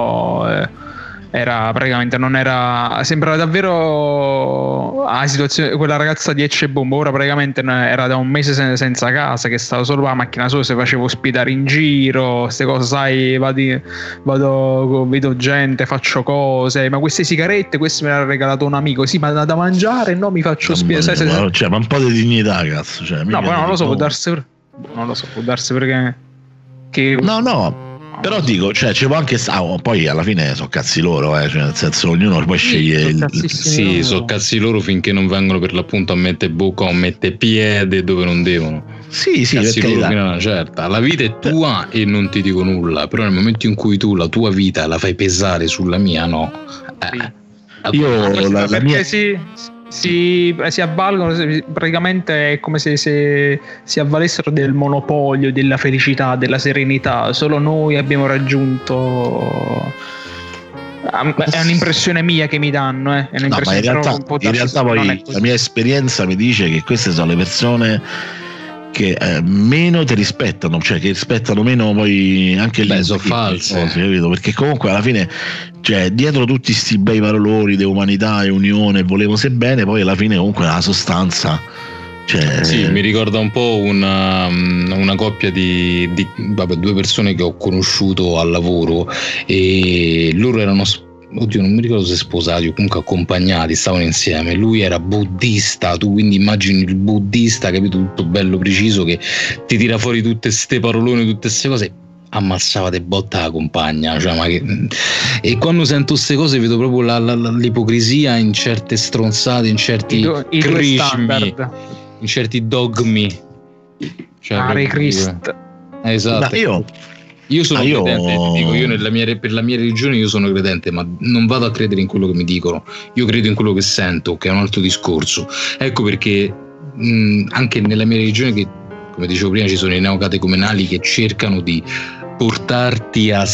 E: era praticamente, non era, sembrava davvero la situazione, quella ragazza di Ecce Bombo. Ora praticamente era da un mese senza casa, che stava solo la macchina sua, se facevo ospitare in giro, queste cose, sai, vedo gente, faccio cose, ma queste sigarette, queste me le ha regalato un amico, sì, ma da mangiare no, mi faccio ospitare,
B: cioè, ma un po' di dignità, cazzo, cioè,
E: no, poi non lo so, può darsi perché
B: no. Però dico, cioè ci può anche poi alla fine sono cazzi loro, cioè nel senso ognuno poi sceglie
C: sì, sono cazzi loro finché non vengono per l'appunto a mettere bocca o a mettere piede dove non devono.
B: Sì,
C: cazzi loro fino a una certa. La vita è tua e non ti dico nulla, però nel momento in cui tu la tua vita la fai pesare sulla mia, no.
B: Io la mia
E: si avvalgono, praticamente è come se si avvalessero del monopolio, della felicità, della serenità. Solo noi abbiamo raggiunto, è un'impressione mia che mi danno, è un'impressione,
B: in realtà poi la mia esperienza mi dice che queste sono le persone che meno ti rispettano, cioè che rispettano meno poi anche lì.
C: Sono false,
B: capito? Perché comunque alla fine, cioè, dietro tutti sti bei valori di umanità e unione, volevo se bene, poi alla fine comunque la sostanza Cioè,
C: sì, mi ricorda un po' una coppia di due persone che ho conosciuto al lavoro, e loro erano, oddio, non mi ricordo se sposati o comunque accompagnati, stavano insieme. Lui era buddista, tu quindi immagini il buddista, capito, tutto bello preciso, che ti tira fuori tutte ste parolone, tutte ste cose, ammazzava de botta la compagna, cioè, ma che... E quando sento queste cose vedo proprio l'ipocrisia in certe stronzate, in certi crismi, in certi dogmi, cioè,
E: Hare Krishna.
C: Esatto. Io sono credente, ti dico, io per la mia religione io sono credente, ma non vado a credere in quello che mi dicono, io credo in quello che sento, che è un altro discorso. Ecco perché anche nella mia religione, che come dicevo prima, ci sono i neocatecumenali che cercano di portarti a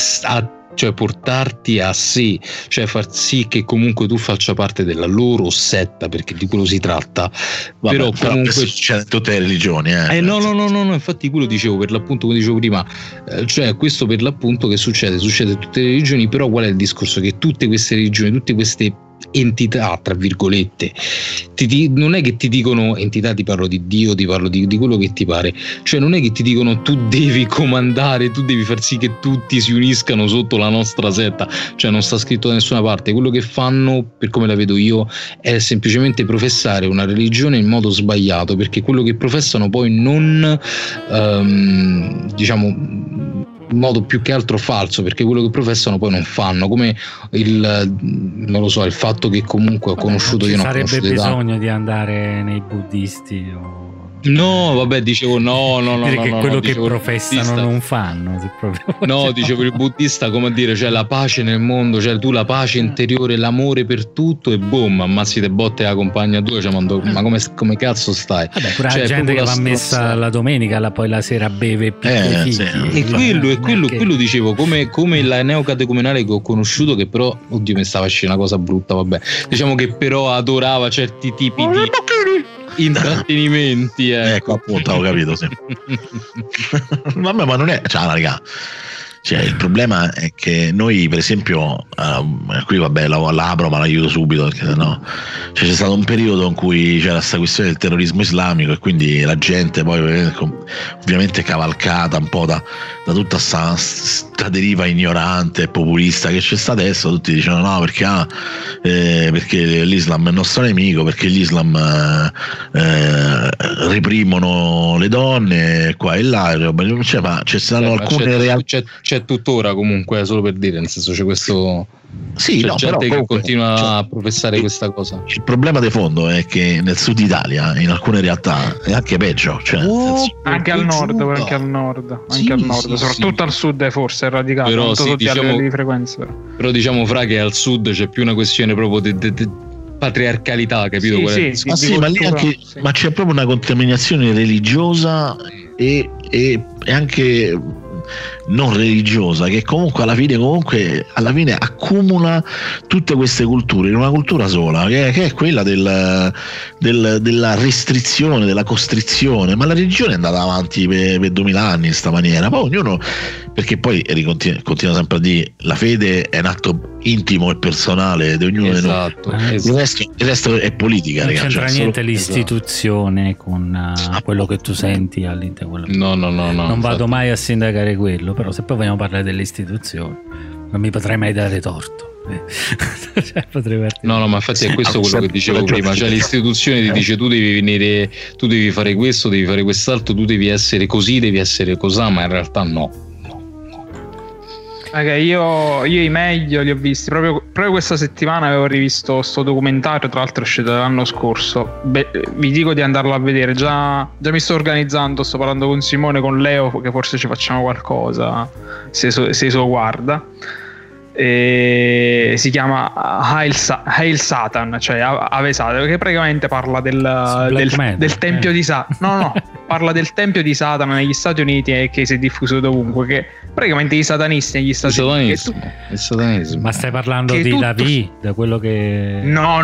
C: sé, cioè far sì che comunque tu faccia parte della loro setta, perché di quello si tratta.
B: Vabbè,
C: però comunque
B: c'è tutte le religioni,
C: no, infatti quello dicevo, per l'appunto, come dicevo prima, cioè questo per l'appunto che succede in tutte le religioni. Però qual è il discorso? Che tutte queste religioni, tutte queste entità, tra virgolette, non è che ti dicono entità, ti parlo di Dio, ti parlo di quello che ti pare, cioè non è che ti dicono tu devi comandare, tu devi far sì che tutti si uniscano sotto la nostra setta, cioè non sta scritto da nessuna parte. Quello che fanno, per come la vedo io, è semplicemente professare una religione in modo sbagliato, perché quello che professano poi non diciamo in modo più che altro falso, perché quello che professano poi non fanno, come non lo so, il fatto che comunque ho conosciuto, io non
D: sarebbe bisogno di andare nei buddisti
C: no, vabbè, dicevo no,
D: perché quello che
C: dicevo,
D: professano non fanno, se proprio
C: no, dicevo il buddista, come a dire, cioè la pace nel mondo, cioè tu la pace interiore, l'amore per tutto, e boom, ammazzi te botte la compagna tua, cioè, ma come cazzo stai?
D: Vabbè, pure la gente che va messa la domenica, poi la sera beve piccoli figli.
C: E quello dicevo, come la neocatecumenale che ho conosciuto, che però, oddio, mi stava uscendo una cosa brutta, vabbè, diciamo che però adorava certi tipi di intrattenimenti,
B: ecco appunto, ho capito, sì. Vabbè, ma non è, cioè, raga, cioè, il problema è che noi, per esempio, qui vabbè l'apro ma l'aiuto subito, perché sennò c'è stato un periodo in cui c'era questa questione del terrorismo islamico, e quindi la gente poi ovviamente cavalcata un po' da tutta sta deriva ignorante e populista che c'è sta adesso. Tutti dicono no, perché l'Islam è il nostro nemico, perché gli Islam reprimono le donne qua e là, cioè, ma ci saranno alcune realtà.
C: C'è tuttora, comunque, solo per dire, nel senso, c'è questo,
B: sì,
C: c'è
B: no,
C: gente
B: però,
C: che continua a professare questa cosa.
B: Il problema di fondo è che nel sud Italia, in alcune realtà, è anche peggio, cioè,
E: anche al nord, soprattutto al sud forse è radicato,
C: però sì, diciamo,
E: di frequenza.
C: Però diciamo, fra, che al sud c'è più una questione proprio di patriarcalità, capito?
B: Ma c'è proprio una contaminazione religiosa e anche non religiosa, che comunque alla fine accumula tutte queste culture in una cultura sola, che è quella della restrizione, della costrizione. Ma la religione è andata avanti per 2000 anni in sta maniera, poi ognuno, perché poi continua sempre a dire, la fede è un atto intimo e personale di ognuno,
C: esatto,
B: di noi. Il resto è politica,
D: non c'entra niente l'istituzione con quello che tu senti all'interno.
C: No,
D: non vado mai a sindacare quello, però se poi vogliamo parlare delle istituzioni non mi potrei mai dare torto. Cioè,
C: no, ma infatti è questo quello che dicevo prima, cioè l'istituzione ti dice tu devi venire, tu devi fare questo, devi fare quest'altro, tu devi essere così, devi essere cosà, ma in realtà no.
E: Okay, io i meglio li ho visti proprio questa settimana. Avevo rivisto sto documentario, tra l'altro è uscito l'anno scorso. Vi dico di andarlo a vedere, già mi sto organizzando, sto parlando con Simone, con Leo, che forse ci facciamo qualcosa se lo guarda. E si chiama Hail Satan, cioè Ave Satan, che praticamente parla del tempio di Satana. No, parla del tempio di Satana negli Stati Uniti, e che si è diffuso dovunque, che praticamente i satanisti negli Stati Uniti,
C: il satanismo.
D: Ma stai parlando di LaVey, da quello che
E: no,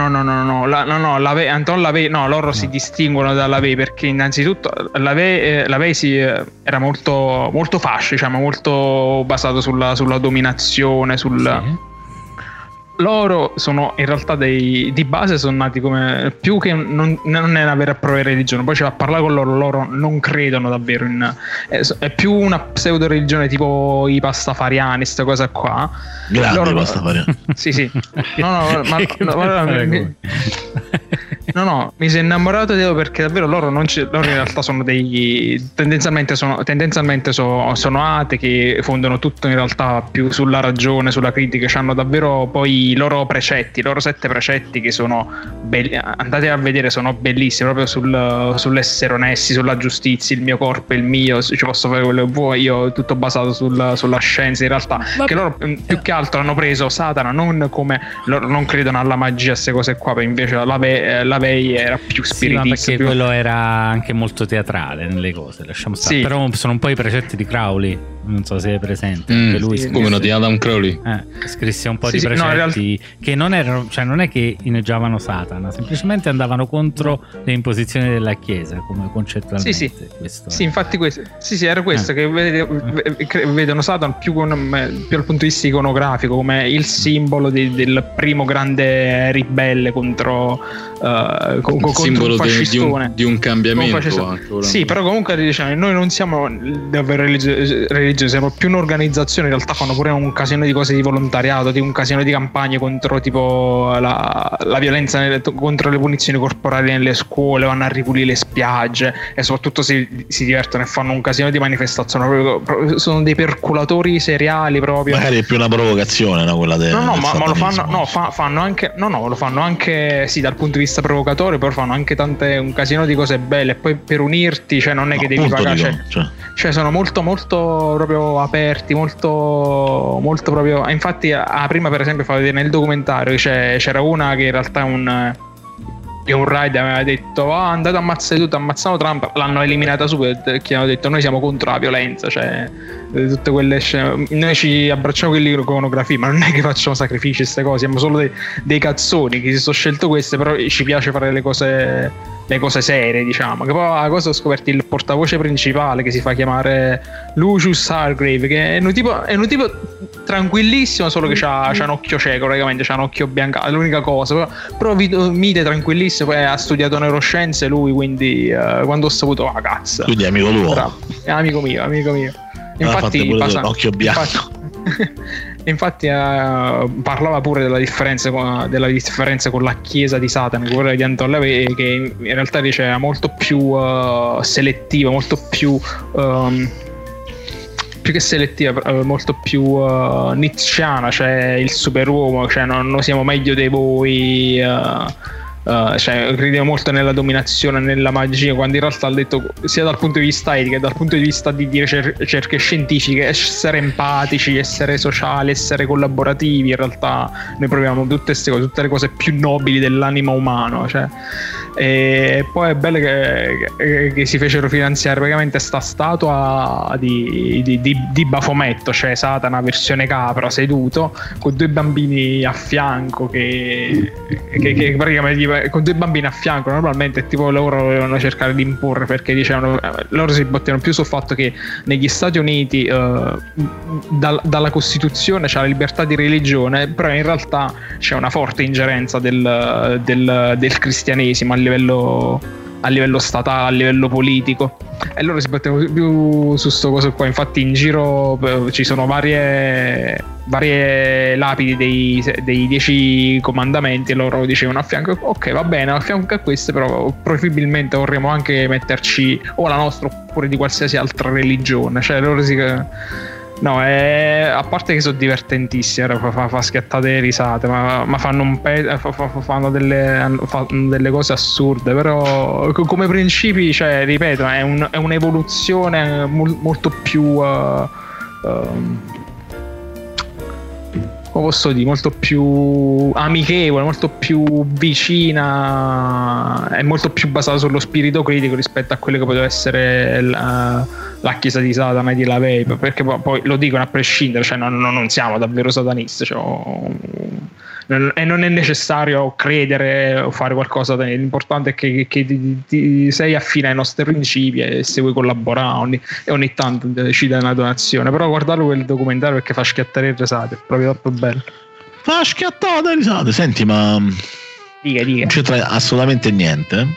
E: loro si distinguono da LaVey, perché innanzitutto LaVey era molto molto fascio, diciamo, molto basato sulla dominazione, loro sono in realtà di base sono nati come più che non è una vera e propria religione, poi ci va a parlare con loro non credono davvero è più una pseudo religione tipo i pastafariani, questa cosa qua.
B: Grandi loro, pastafariani.
E: Sì no, mi sono innamorato di loro perché davvero loro in realtà sono tendenzialmente sono atei, che fondano tutto in realtà più sulla ragione, sulla critica. Hanno davvero poi i loro precetti, i loro 7 precetti che sono belli, andate a vedere, sono bellissimi, proprio sull'essere onesti, sulla giustizia, il mio corpo è il mio, ci posso fare quello che vuoi, io, tutto basato sulla scienza in realtà. Che loro più che altro hanno preso Satana non come loro non credono alla magia, queste cose qua, invece la Vei era più spiritista,
D: perché quello era anche molto teatrale nelle cose, lasciamo stare. Però sono un po' i precetti di Crowley, non so se è presente, anche lui
C: come no, di Adam Crowley
D: scrisse un po' di precetti che non erano, cioè non è che inneggiavano Satana, semplicemente andavano contro le imposizioni della Chiesa, come concettualmente.
E: Sì, infatti questo era questo, che vedono Satana più dal punto di vista iconografico, come il simbolo del primo grande ribelle contro
C: il simbolo di un cambiamento.
E: Sì, però comunque diciamo, noi non siamo davvero religiosi, siamo più un'organizzazione. In realtà fanno pure un casino di cose di volontariato, di un casino di campagne contro tipo la violenza, contro le punizioni corporali nelle scuole, vanno a ripulire le spiagge e soprattutto si divertono e fanno un casino di manifestazioni, proprio sono dei percolatori seriali proprio.
B: Magari è più una provocazione, no? Quella
E: ma lo fanno anche lo fanno anche sì, dal punto di vista provocatore, però fanno anche un casino di cose belle, e poi per unirti, cioè non è che devi pagare, cioè sono molto molto proprio aperti, molto molto proprio. Infatti prima per esempio fa vedere nel documentario c'era una che in realtà è un raid, aveva detto andate a ammazzare tutto, ammazzano Trump, l'hanno eliminata subito perché hanno detto noi siamo contro la violenza, cioè tutte quelle scene, noi ci abbracciamo con l'iconografia, ma non è che facciamo sacrifici, queste cose, siamo solo dei cazzoni che si sono scelto queste, però ci piace fare le cose serie, diciamo. Che poi la cosa ho scoperto il portavoce principale, che si fa chiamare Lucius Hargrave, che è un tipo tranquillissimo, solo che c'ha un occhio cieco, praticamente c'ha un occhio bianco, è l'unica cosa, però mite tranquillissimo, poi ha studiato neuroscienze lui, quindi quando ho saputo cazzo,
B: quindi è amico tuo,
E: è amico mio. Infatti
B: l'occhio bianco.
E: Infatti parlava pure della differenza con la Chiesa di Satana, quella di Anton LaVey, che in realtà era molto più selettiva, molto più che selettiva, molto più nietzscheana, cioè il superuomo, cioè non siamo meglio di voi, cioè crediamo molto nella dominazione, nella magia, quando in realtà ha detto, sia dal punto di vista etico che dal punto di vista di ricerche scientifiche, essere empatici, essere sociali, essere collaborativi, in realtà noi proviamo tutte queste cose, tutte le cose più nobili dell'animo umano, cioè. E poi è bello che si fecero finanziare praticamente sta statua di Bafometto, cioè Satana versione capra seduto con 2 bambini a fianco che praticamente con 2 bambini a fianco, normalmente tipo loro dovevano cercare di imporre, perché dicevano, loro si battevano più sul fatto che negli Stati Uniti dalla Costituzione c'è la libertà di religione, però in realtà c'è una forte ingerenza del cristianesimo a livello statale, a livello politico, e loro si battevano più su sto coso qua. Infatti in giro ci sono varie lapidi dei 10 comandamenti, e loro dicevano a fianco, ok, va bene, a fianco a queste però preferibilmente vorremmo anche metterci o la nostra oppure di qualsiasi altra religione, cioè loro a parte che sono divertentissime, fa schiattate risate, ma fanno fanno delle cose assurde, però come principi, cioè ripeto, è un'evoluzione molto più come posso dire, molto più amichevole, molto più vicina, è molto più basata sullo spirito critico rispetto a quello che poteva essere la Chiesa di Satana e di LaVey, perché poi lo dicono a prescindere, cioè non siamo davvero satanisti, cioè, e non è necessario credere o fare qualcosa, l'importante è che ti sei affine ai nostri principi e se vuoi collaborare e ogni tanto ci dai una donazione. Però guardarlo quel documentario perché fa schiattare il risate, è proprio troppo bello.
B: fa schiattata risate. Senti, ma
E: dica.
B: non c'entra assolutamente niente,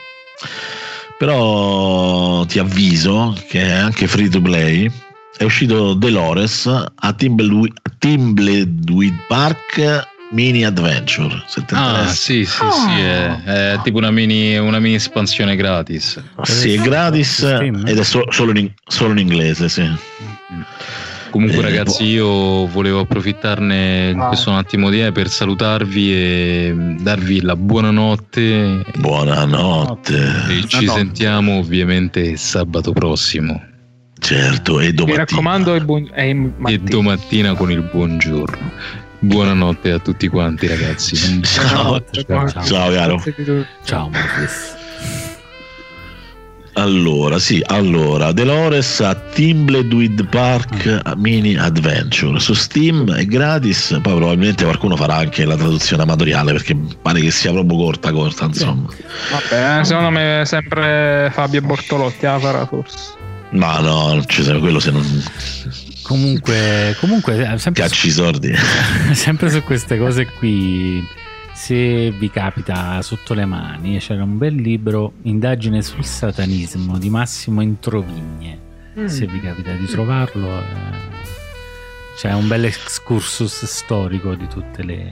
B: però ti avviso che è anche free to play. È uscito Delores a Thimbleweed Park Mini Adventure. Se ti interessa.
C: Sì, è tipo una mini espansione gratis.
B: Sì, è gratis ed è solo in inglese, sì.
C: Comunque ragazzi, io volevo approfittarne in questo un attimo per salutarvi e darvi la buonanotte.
B: Buonanotte.
C: E ci sentiamo ovviamente sabato prossimo.
B: Certo, e domattina.
E: Mi raccomando,
C: e domattina con il buongiorno. Buonanotte a tutti quanti ragazzi.
B: Ciao caro.
D: Ciao Marcus.
B: Allora Delores a Thimbleweed Park Mini Adventure su Steam, è gratis. Poi probabilmente qualcuno farà anche la traduzione amatoriale, perché pare che sia proprio corta insomma.
E: Vabbè, secondo me sempre Fabio Bortolotti la farà forse.
B: Ma no, non ci sarà quello, se non
D: comunque sempre
B: cacci i sordi.
D: Sempre su queste cose qui, se vi capita sotto le mani, c'era un bel libro, Indagine sul satanismo di Massimo Introvigne. Se vi capita di trovarlo, c'è un bel excursus storico di tutte le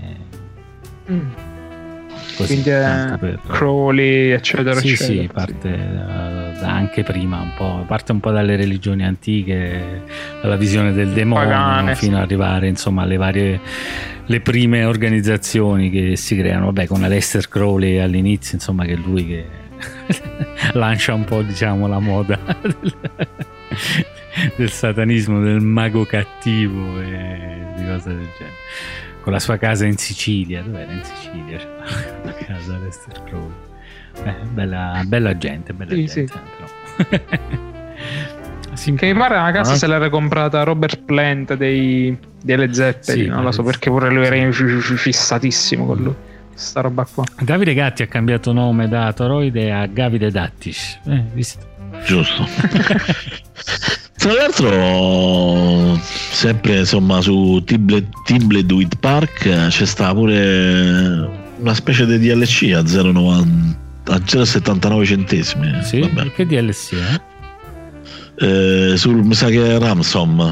D: così,
E: quindi Crowley eccetera
D: sì,
E: eccetera.
D: sì, parte anche prima un po', parte un po' dalle religioni antiche, dalla visione del demonio, pagane, fino ad arrivare insomma alle le prime organizzazioni che si creano, vabbè, con Aleister Crowley all'inizio, insomma, che è lui che lancia un po', diciamo, la moda del satanismo, del mago cattivo e di cose del genere, con la sua casa in Sicilia. Dov'era? In Sicilia c'è la casa Aleister Crowley. Bella gente,
E: sì.
D: Però.
E: Che mi pare la casa se l'era comprata Robert Plant dei Led Zeppelin, sì, non lo so, perché pure lui era fissatissimo con lui, sta roba qua.
D: Davide Gatti ha cambiato nome da Toroide a Gavide Dattish, visto?
B: Giusto. Tra l'altro, sempre insomma su Thimbleweed Park c'è sta pure una specie di DLC a 0,79 centesimi.
D: Sì?
B: Vabbè.
D: Che DLC è?
B: Mi sa che è Ransom.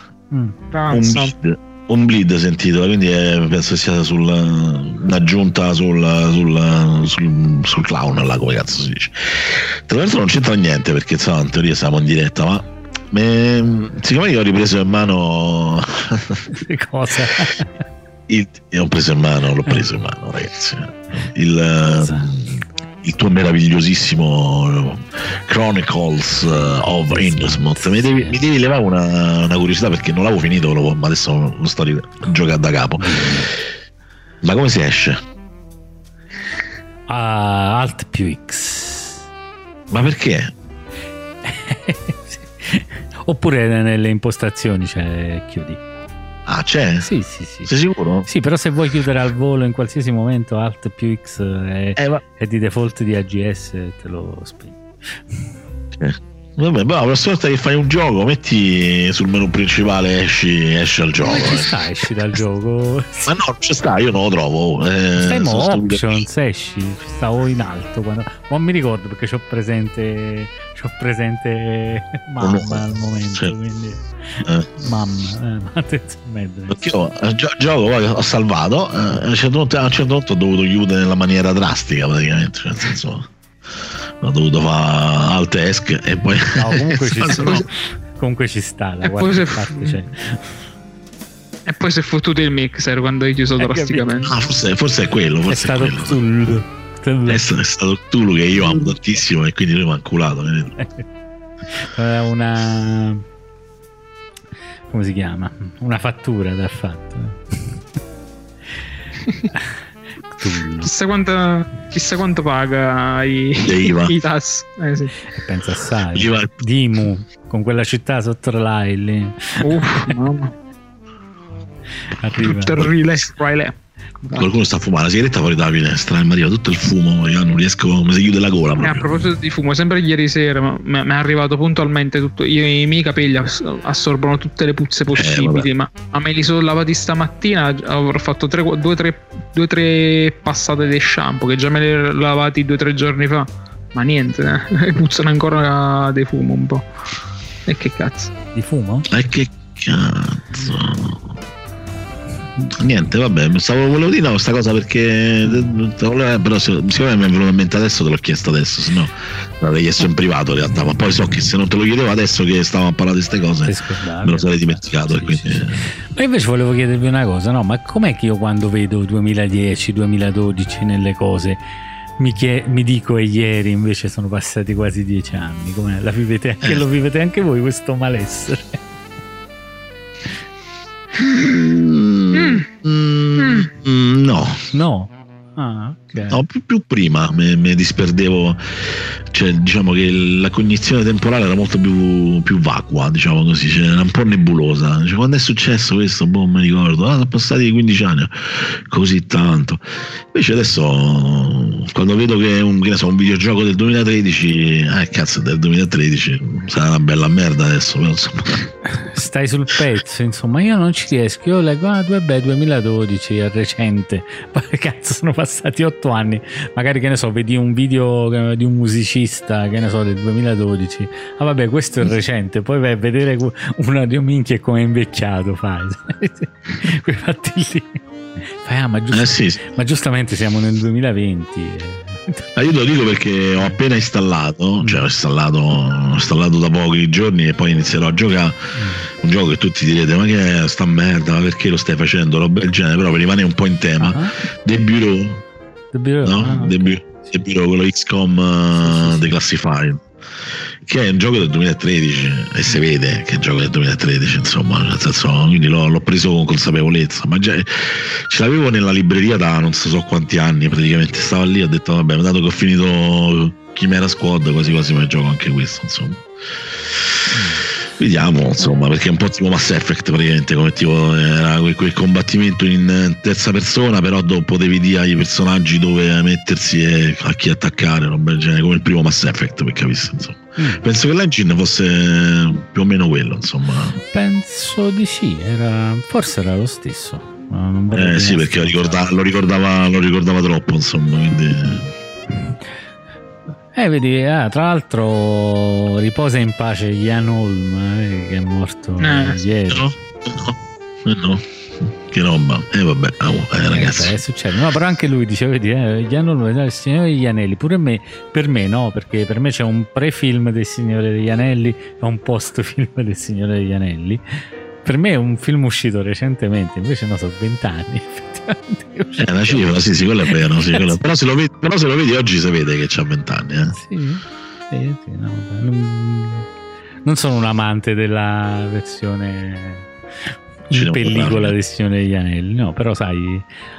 B: Un bleed sentito, quindi penso sia un'aggiunta sul clown là, come cazzo si dice. Tra l'altro non c'entra niente, perché insomma in teoria siamo in diretta, ma siccome io ho ripreso in mano
D: cosa?
B: L'ho preso in mano ragazzi, il tuo meravigliosissimo Chronicles of Innsmouth. Mi devi levare una curiosità, perché non l'avevo finito, ma adesso lo sto giocando da capo. Ma come si esce?
D: Alt più X.
B: Ma perché?
D: Oppure nelle impostazioni c'è chiudi.
B: Ah, c'è?
D: Sì.
B: Sei sicuro?
D: Sì, però se vuoi chiudere al volo in qualsiasi momento, Alt più X è di default di AGS, te lo spegni.
B: Vabbè, la prossima volta che fai un gioco, metti sul menu principale esci al gioco.
D: Esci dal gioco.
B: Ma no, non ci sta, io non lo trovo.
D: Stai options, esci, ci stavo in alto quando... Non mi ricordo, perché c'ho presente mamma al momento, cioè, quindi mamma, attenzione,
B: perché io gioco, poi ho salvato, a un certo punto ho dovuto chiudere nella maniera drastica, praticamente, cioè, nel senso, ho dovuto fare alt esc e poi
D: comunque ci sta la quarta parte, cioè.
E: E poi si è fottuto il mixer quando hai chiuso drasticamente.
B: Forse è quello, forse
D: è stato Cthulhu.
B: È stato Cthulhu, che io amo tantissimo, e quindi lui mi ha inculato.
D: Una, come si chiama? Una fattura da fatto.
E: Chissà quanto paga i tassi. Sì.
D: Pensa assai. Dimu, con quella città sotto l'Ai lì.
E: Mamma. Arriva. Tutto il
B: Qualcuno sta a fumare la sigaretta fuori dalla finestra e mi arriva tutto il fumo, io non riesco, mi si chiude la gola.
E: A proposito di fumo, sempre ieri sera mi è arrivato puntualmente tutto. I miei capelli assorbono tutte le puzze possibili, ma me li sono lavati stamattina. Avrò fatto 2-3 passate di shampoo che già me li ho lavati 2-3 giorni fa, ma niente, puzzano ancora di fumo un po'. E che cazzo
D: di fumo?
B: E che cazzo. Niente, vabbè, volevo dire questa cosa perché però siccome mi è venuto in mente adesso te l'ho chiesto adesso, sennò l'avrei chiesto in privato in realtà, ma poi so che se non te lo chiedevo adesso che stavamo a parlare di queste cose me lo sarei dimenticato.
D: Sì, quindi... sì. Ma invece volevo chiedervi una cosa, no? Ma com'è che io quando vedo 2010-2012 nelle cose mi dico e ieri invece sono passati quasi 10 anni? Com'è? Lo vivete anche voi questo malessere? No. Ah, okay.
B: No, più prima mi disperdevo, cioè diciamo che la cognizione temporale era molto più vacua, diciamo così, cioè, era un po' nebulosa, cioè, quando è successo questo, mi ricordo, sono passati 15 anni, così tanto. Invece adesso quando vedo che un videogioco del 2013, cazzo, del 2013 sarà una bella merda adesso, però insomma.
D: Stai sul pezzo, insomma, io non ci riesco, io leggo 2012 è recente, poi cazzo sono passati 8 anni, magari che ne so, vedi un video di un musicista, che ne so, del 2012, vabbè, questo è recente, poi vai a vedere una di un minchia come è invecchiato, fai quei fatti lì, fai, ma giustamente siamo nel 2020.
B: Io te lo dico perché ho appena installato, cioè ho installato da pochi giorni e poi inizierò a giocare un gioco che tutti direte ma che è sta merda, ma perché lo stai facendo, roba del genere, però per rimanere un po' in tema, The Bureau, no? The Bureau, quello XCOM Declassified, che è un gioco del 2013 e si vede che è un gioco del 2013, insomma, nel senso, quindi l'ho preso con consapevolezza, ma già ce l'avevo nella libreria da non so quanti anni, praticamente stava lì, ho detto vabbè, dato che ho finito Chimera Squad, quasi mi gioco anche questo, insomma. Vediamo, insomma, perché è un po' tipo Mass Effect, praticamente, come tipo era quel combattimento in terza persona, però potevi dire ai personaggi dove mettersi e a chi attaccare, roba del genere, come il primo Mass Effect, per capire, insomma. Penso che l'engine fosse più o meno quello, insomma.
D: Penso di sì, forse era lo stesso.
B: Sì, perché lo ricordava troppo, insomma, quindi...
D: vedi, tra l'altro riposa in pace Ian Holm, che è morto ieri.
B: No. Che roba. Vabbè, ragazzi.
D: Succede. No, però anche lui dice, vedi, Ian Holm, il Signore degli Anelli, pure per me no, perché per me c'è un pre-film del Signore degli Anelli e un post-film del Signore degli Anelli. Per me è un film uscito recentemente, invece no, sono 20 anni.
B: È una cifra, sì, quello è vero, sì, quello. Però se lo vedi oggi si vede che c'ha 20 anni.
D: Sì, no, non sono un amante della versione in pellicola del Signore degli Anelli, no, però sai,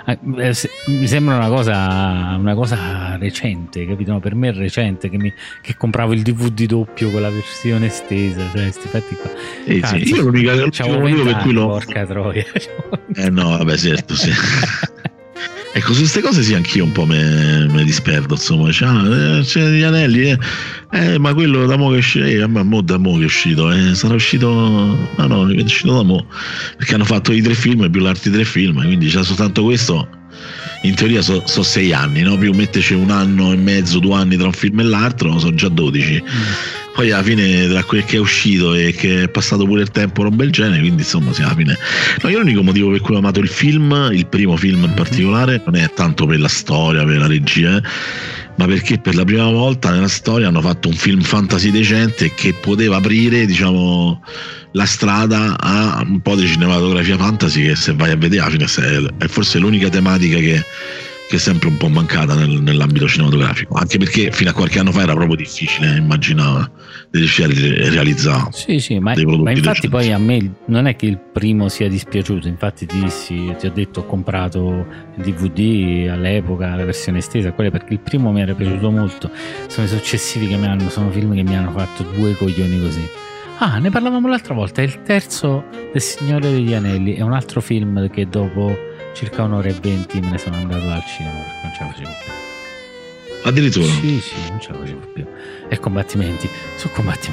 D: mi sembra una cosa recente, capito? No, per me è recente che compravo il DVD doppio con la versione estesa, sai, sti fatti qua.
B: Cazzo, sì, io l'unico per cui
D: porca troia.
B: No, vabbè, certo, sì. Ecco, su queste cose sì, anch'io un po' me disperdo, insomma. C'è gli anelli, ma quello da mo' che è uscito, ma mo' da mo' che è uscito, sarà uscito, no, è uscito da mo', perché hanno fatto i 3 film più l'altri 3 film, quindi c'è soltanto questo, in teoria so 6 anni, no? Più metteci 1 anno e mezzo, 2 anni tra un film e l'altro, sono già 12. Poi alla fine tra quel che è uscito e che è passato pure il tempo, roba del genere, quindi insomma sì, alla fine. No, io l'unico motivo per cui ho amato il film, il primo film in particolare, non è tanto per la storia, per la regia, ma perché per la prima volta nella storia hanno fatto un film fantasy decente che poteva aprire, diciamo, la strada a un po' di cinematografia fantasy, che se vai a vedere alla fine è forse l'unica tematica che è sempre un po' mancata nell'ambito cinematografico, anche perché fino a qualche anno fa era proprio difficile immaginare di riuscire a realizzare
D: ma infatti poi a me non è che il primo sia dispiaciuto, infatti ti ho detto ho comprato il DVD all'epoca, la versione estesa, quella perché il primo mi era piaciuto molto, sono i successivi sono film che mi hanno fatto 2 coglioni così. Ne parlavamo l'altra volta, è il terzo del Signore degli Anelli, è un altro film che dopo circa 1:20 me ne sono andato al cinema perché non ce la facevo più.
B: Addirittura?
D: Sì, non ce la facevo più. E combattimenti, su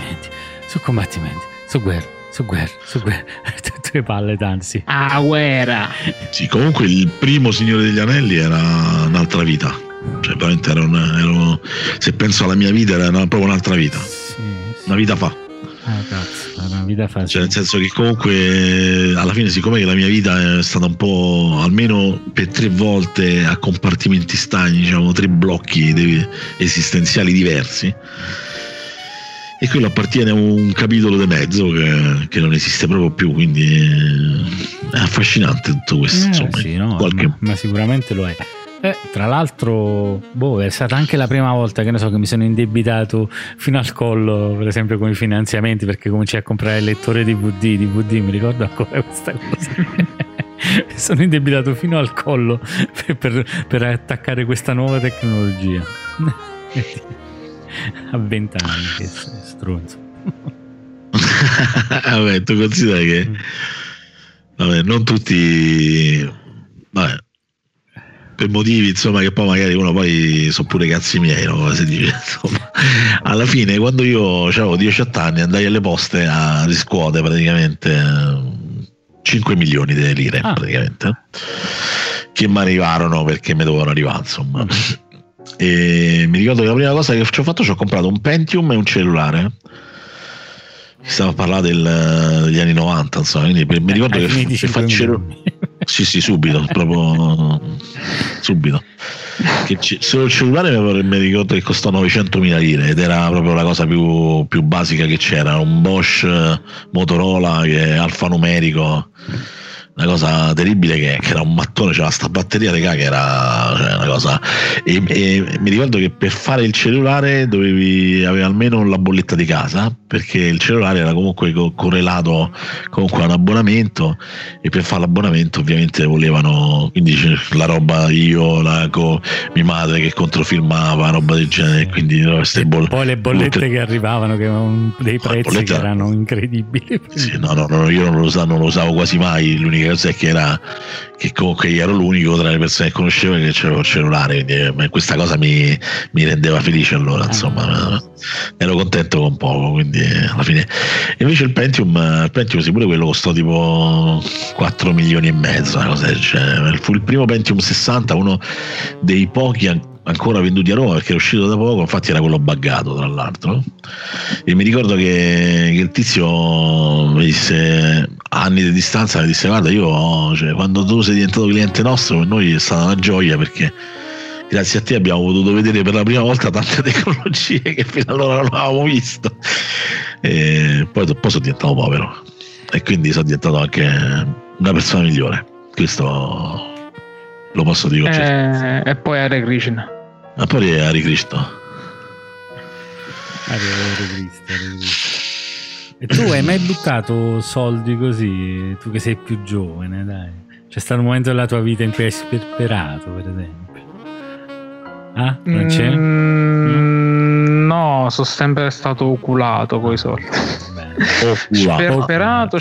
D: guerra. Tutte palle tanti.
E: Ah, guerra.
B: Sì, comunque il primo Signore degli Anelli era un'altra vita. Cioè, veramente era se penso alla mia vita, era proprio un'altra vita.
D: Sì.
B: Una vita fa.
D: Cazzo, una vita fa.
B: Cioè, nel senso che comunque alla fine, siccome che la mia vita è stata un po', almeno per 3 volte a compartimenti stagni, diciamo 3 blocchi esistenziali diversi, e quello appartiene a un capitolo di mezzo che non esiste proprio più, quindi è affascinante tutto questo, insomma,
D: sì, no, ma sicuramente lo è. Tra l'altro, è stata anche la prima volta che mi sono indebitato fino al collo, per esempio con i finanziamenti, perché cominciai a comprare il lettore DVD, mi ricordo ancora questa cosa. Sono indebitato fino al collo per attaccare questa nuova tecnologia. A 20 anni, che stronzo.
B: Vabbè, tu considera che non tutti, per motivi, insomma, che poi magari uno poi sono pure cazzi miei, no? Si dice, insomma. Alla fine, quando io avevo 18 anni, andai alle poste a riscuotere praticamente 5 milioni di lire, praticamente, che mi arrivarono perché mi dovevano arrivare, insomma. E mi ricordo che la prima cosa che ci ho fatto, ci ho comprato un Pentium e un cellulare. Stiamo a parlare degli anni 90, insomma, quindi mi ricordo che facevo sì, subito, proprio subito. Solo il cellulare mi ricordo che costò 900.000 lire ed era proprio la cosa più basica che c'era, un Bosch Motorola che è alfanumerico, una cosa terribile che era un mattone, c'era sta batteria che era, cioè, una cosa, e mi ricordo che per fare il cellulare dovevi avere almeno la bolletta di casa, perché il cellulare era comunque correlato comunque a un abbonamento, e per fare l'abbonamento ovviamente volevano, quindi la roba, mia madre che controfilmava, roba del genere, quindi
D: poi le bollette che arrivavano, che avevano dei prezzi che erano incredibili.
B: Sì, no, io non lo usavo quasi mai. L'unica cosa è che comunque io ero l'unico tra le persone che conoscevo che c'era il cellulare, quindi questa cosa mi rendeva felice, allora insomma ero contento con poco, quindi alla fine. Invece il Pentium sì, pure quello costò tipo 4 milioni e mezzo, una cosa del genere. Fu il primo Pentium 60, uno dei pochi ancora venduti a Roma, perché era uscito da poco, infatti era quello buggato tra l'altro, e mi ricordo che il tizio mi disse, a anni di distanza, mi disse: guarda, quando tu sei diventato cliente nostro, per noi è stata una gioia, perché grazie a te abbiamo potuto vedere per la prima volta tante tecnologie che fino allora non avevamo visto, e poi sono diventato povero e quindi sono diventato anche una persona migliore, questo lo posso dire.
E: E poi Hare Krishna.
B: E poi Hare Krishna.
D: E tu hai mai buttato soldi così? Tu che sei più giovane, dai. C'è stato un momento della tua vita in cui hai sperperato, per esempio? Non c'è?
E: No, sono sempre stato oculato coi soldi. Sperperato.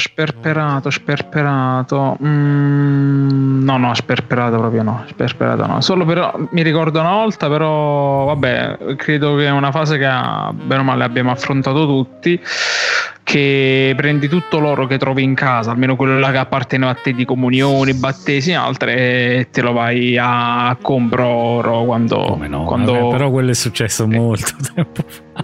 E: No, sperperato proprio no. Sperperato no. Solo però mi ricordo una volta, però vabbè, credo che è una fase che bene o male abbiamo affrontato tutti, che prendi tutto l'oro che trovi in casa, almeno quello là che apparteneva a te, di comunioni, battesimi, altre, e te lo vai a comprare oro quando...
D: Come no? Vabbè, però quello è successo molto tempo fa.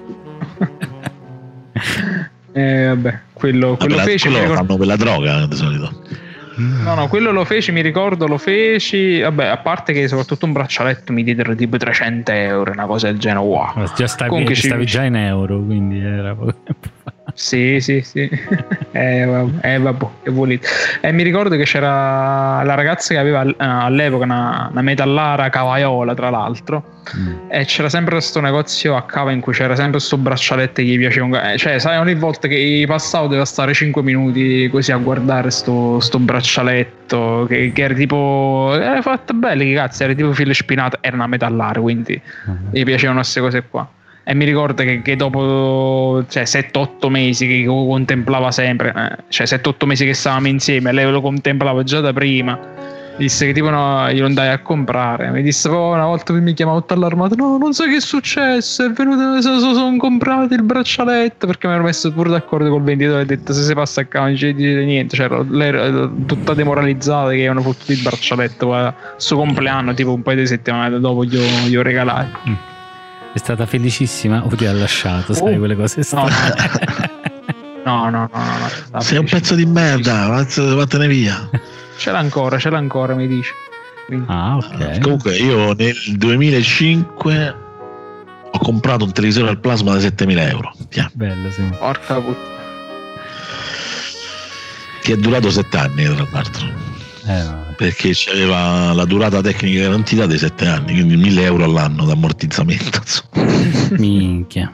E: Vabbè, quello feci.
B: Quello lo fanno per la droga di solito.
E: No, quello lo feci, mi ricordo, lo feci. Vabbè, a parte che soprattutto un braccialetto mi diedero tipo 300 euro, una cosa del genere. Wow.
D: Ma già stavi già in euro, quindi era poco tempo fa.
E: Sì. Vabbè, che volete. E mi ricordo che c'era la ragazza che aveva all'epoca una metallara cavaiola, tra l'altro, e c'era sempre questo negozio a Cava in cui c'era sempre questo braccialetto che gli piaceva, cioè sai, ogni volta che passavo doveva stare 5 minuti così a guardare sto braccialetto che era tipo, era fatto bene, che cazzo, era tipo filo spinato, era una metallare, quindi gli piacevano queste cose qua. E mi ricordo che dopo 7-8 mesi che contemplava sempre, 7-8 mesi che stavamo insieme, lei lo contemplava già da prima, disse che tipo no, io non andai a comprare. Mi disse una volta mi chiamavo all'armata, no, non so che è successo, è venuto, sono comprati il braccialetto, perché mi ero messo pure d'accordo col venditore, ha detto se si passa a casa non ci dite niente, cioè lei era tutta demoralizzata che avevano fottuto il braccialetto al suo compleanno, tipo un paio di settimane dopo glielo regalai.
D: È stata felicissima o ti ha lasciato, sai quelle cose strane?
E: No.
B: Sei un pezzo di merda, vattene via.
E: Ce l'ha ancora, mi dice. Quindi.
D: Ok.
B: Comunque io nel 2005 ho comprato un televisore al plasma da 7.000 euro.
D: Bello, sì.
E: Porca puttana.
B: Che è durato 7 anni, tra l'altro. Perché c'aveva la durata tecnica garantita dei 7 anni, quindi 1.000 euro all'anno di ammortizzamento.
D: Minchia.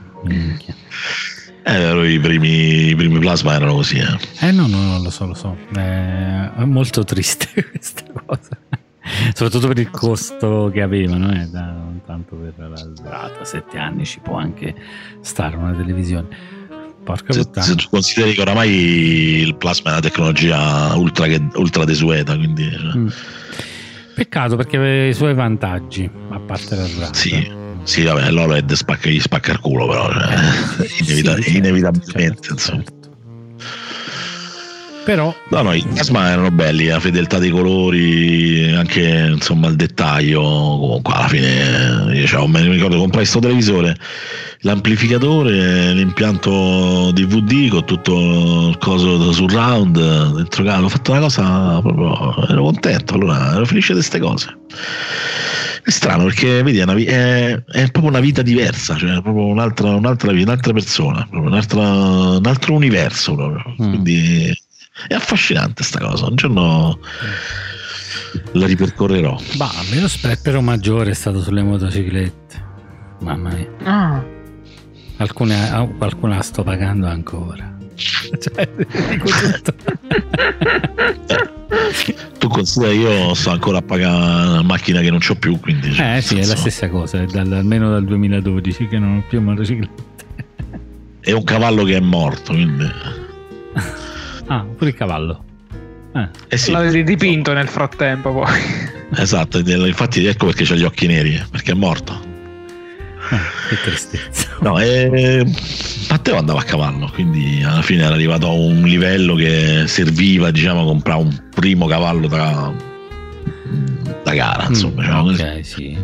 B: I primi plasma erano così.
D: No, lo so. È molto triste questa cosa. Soprattutto per il costo che avevano, tanto per la durata, 7 anni ci può anche stare una televisione. Porca puttana.
B: Se tu consideri che oramai il plasma è una tecnologia ultra desueta, quindi
D: peccato, perché aveva i suoi vantaggi, a parte la durata.
B: Sì, vabbè, l'OLED gli spacca il culo, però inevitabilmente, insomma.
D: Però
B: no, i plasma erano belli, la fedeltà dei colori, anche insomma il dettaglio. Comunque alla fine io mi ricordo comprai sto televisore, l'amplificatore, l'impianto DVD con tutto il coso surround dentro casa. Ho fatto una cosa proprio, ero contento, allora ero felice di queste cose. È strano perché vedi è proprio una vita diversa, cioè proprio un'altra vita, un'altra persona, proprio un altro universo proprio. Quindi è affascinante sta cosa, un giorno la ripercorrerò.
D: Almeno spettro maggiore è stato sulle motociclette, mamma mia. Qualcuna sto pagando ancora. Cioè, dico tutto.
B: Tu consideri, io sto ancora a pagare una macchina che non c'ho più, quindi
D: sì, è la stessa cosa, è almeno dal 2012 che non ho più motociclette.
B: È un cavallo che è morto, quindi
D: pure il cavallo.
B: Sì.
E: L'avete dipinto nel frattempo poi.
B: Esatto, infatti ecco perché c'ha gli occhi neri, perché è morto.
D: Che tristezza.
B: No, Matteo andava a cavallo, quindi alla fine era arrivato a un livello che serviva, diciamo, a comprare un primo cavallo da gara, insomma.
D: Ok, sì.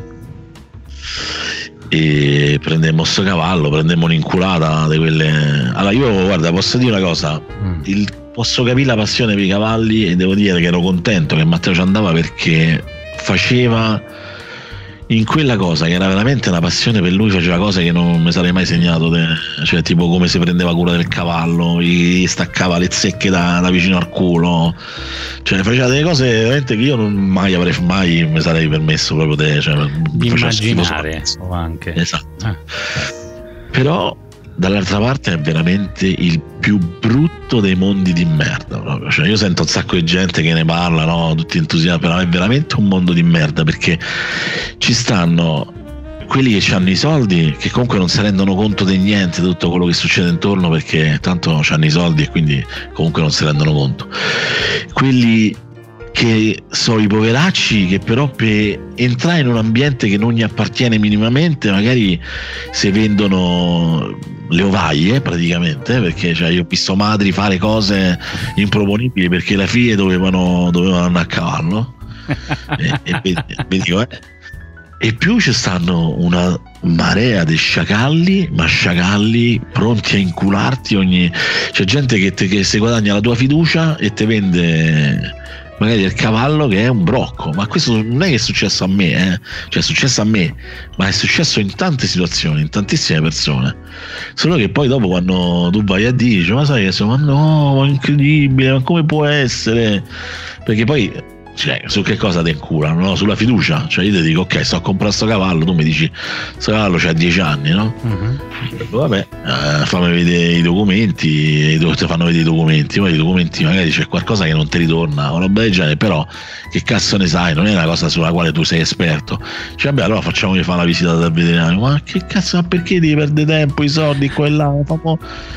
B: E prendemmo sto cavallo, prendemmo un'inculata di quelle. Allora io, guarda, posso dire una cosa, posso capire la passione per i cavalli e devo dire che ero contento che Matteo ci andava, perché faceva in quella cosa che era veramente una passione per lui, faceva cose che non mi sarei mai segnato, cioè tipo come si prendeva cura del cavallo, gli staccava le zecche da vicino al culo, cioè faceva delle cose veramente che io non mai mi sarei permesso proprio
D: di immaginare anche.
B: Esatto. Però dall'altra parte è veramente il più brutto dei mondi di merda proprio. Cioè io sento un sacco di gente che ne parla, no? Tutti entusiasti, però è veramente un mondo di merda, perché ci stanno quelli che hanno i soldi, che comunque non si rendono conto di niente, di tutto quello che succede intorno, perché tanto hanno i soldi e quindi comunque non si rendono conto. Quelli che sono i poveracci che però per entrare in un ambiente che non gli appartiene minimamente magari si vendono le ovaie praticamente, perché io ho visto madri fare cose improponibili perché le figlie dovevano andare a cavallo e più ci stanno una marea di sciacalli pronti a incularti c'è gente che si guadagna la tua fiducia e ti vende magari il cavallo che è un brocco. Ma questo non è che è successo a me, cioè è successo a me, ma è successo in tante situazioni, in tantissime persone. Solo che poi dopo, quando tu vai a dire, ma sai che ma no, ma incredibile, ma come può essere? Perché poi su che cosa ti inculano, no? Sulla fiducia. Cioè io ti dico ok, sto a comprare sto cavallo, tu mi dici sto cavallo c'ha 10 anni, no? Vabbè, fammi vedere i documenti, ti fanno vedere i documenti, poi i documenti magari c'è qualcosa che non ti ritorna o roba del genere, però che cazzo ne sai, non è una cosa sulla quale tu sei esperto. Cioè vabbè, allora facciamogli fare la visita dal veterinario. Ma che cazzo, ma perché devi perdere tempo, i soldi qua e là?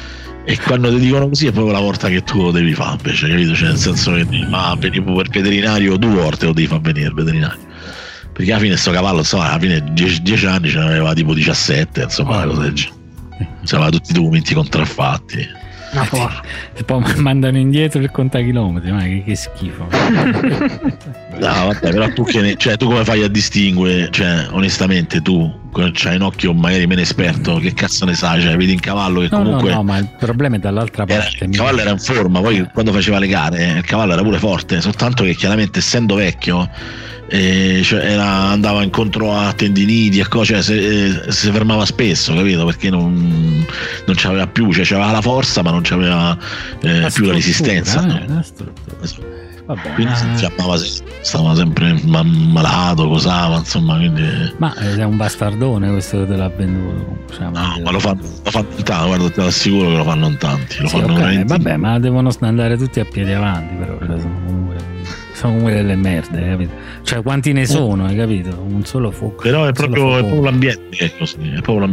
B: E quando ti dicono così è proprio la volta che tu lo devi fare, invece, capito? Cioè, nel senso che venivo per veterinario 2 volte, lo devi far venire il veterinario, perché alla fine sto cavallo, insomma, alla fine 10 anni ce n'aveva tipo 17, insomma, una cosa del genere. C'aveva tutti i documenti contraffatti.
D: E poi mandano indietro il contachilometri, ma che schifo.
B: No, vabbè, però tu, tu come fai a distinguere? Cioè, onestamente, tu c'hai un occhio magari meno esperto, che cazzo ne sai? Cioè, vedi un cavallo che comunque.
D: No, ma il problema è dall'altra parte.
B: Il cavallo era in forma, poi quando faceva le gare, il cavallo era pure forte, soltanto che chiaramente essendo vecchio. Andava incontro a tendiniti e cose, cioè si fermava spesso, capito? Perché non c'aveva più, cioè c'aveva la forza ma non c'aveva più la resistenza, no?
D: Vabbè,
B: quindi si infiammava, stava sempre malato, cosava, insomma, quindi.
D: Ma è un bastardone questo che te l'ha venduto, cioè,
B: no, ma lo fanno in tanti, guarda, te lo assicuro che lo fanno in tanti,
D: vabbè, ma devono andare tutti a piedi avanti, però sono come delle merde, capito? Cioè, quanti ne sono, hai capito? Un solo fuoco.
B: Però è proprio l'ambiente che è così,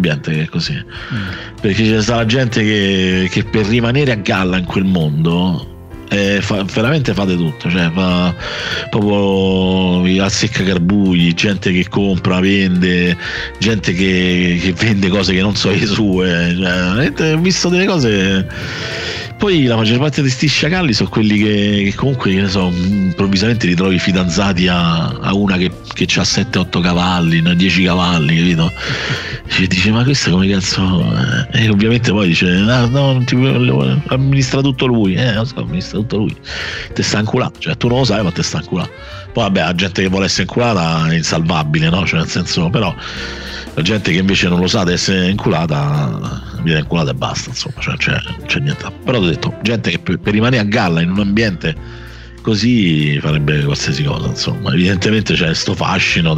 B: perché c'è stata gente che per rimanere a galla in quel mondo veramente fate tutto, cioè fa proprio i azzeccagarbugli, gente che compra, vende, gente che vende cose che non so le sue, cioè, ho visto delle cose. Poi la maggior parte di sti sciacalli sono quelli che comunque, che ne so, improvvisamente li trovi fidanzati a una che ha 7-8 cavalli, 10 cavalli, capito? E dice, ma questo come cazzo? E ovviamente poi dice, no, amministra tutto lui, lo so, amministra tutto lui. Te sta inculato, cioè tu non lo sai, ma te sta inculato. Poi vabbè, la gente che vuole essere inculata è insalvabile, no? Cioè nel senso, però la gente che invece non lo sa di essere inculata viene inculata e basta, insomma, cioè c'è niente. Però ho detto, gente che per rimanere a galla in un ambiente così farebbe qualsiasi cosa, insomma. Evidentemente c'è sto fascino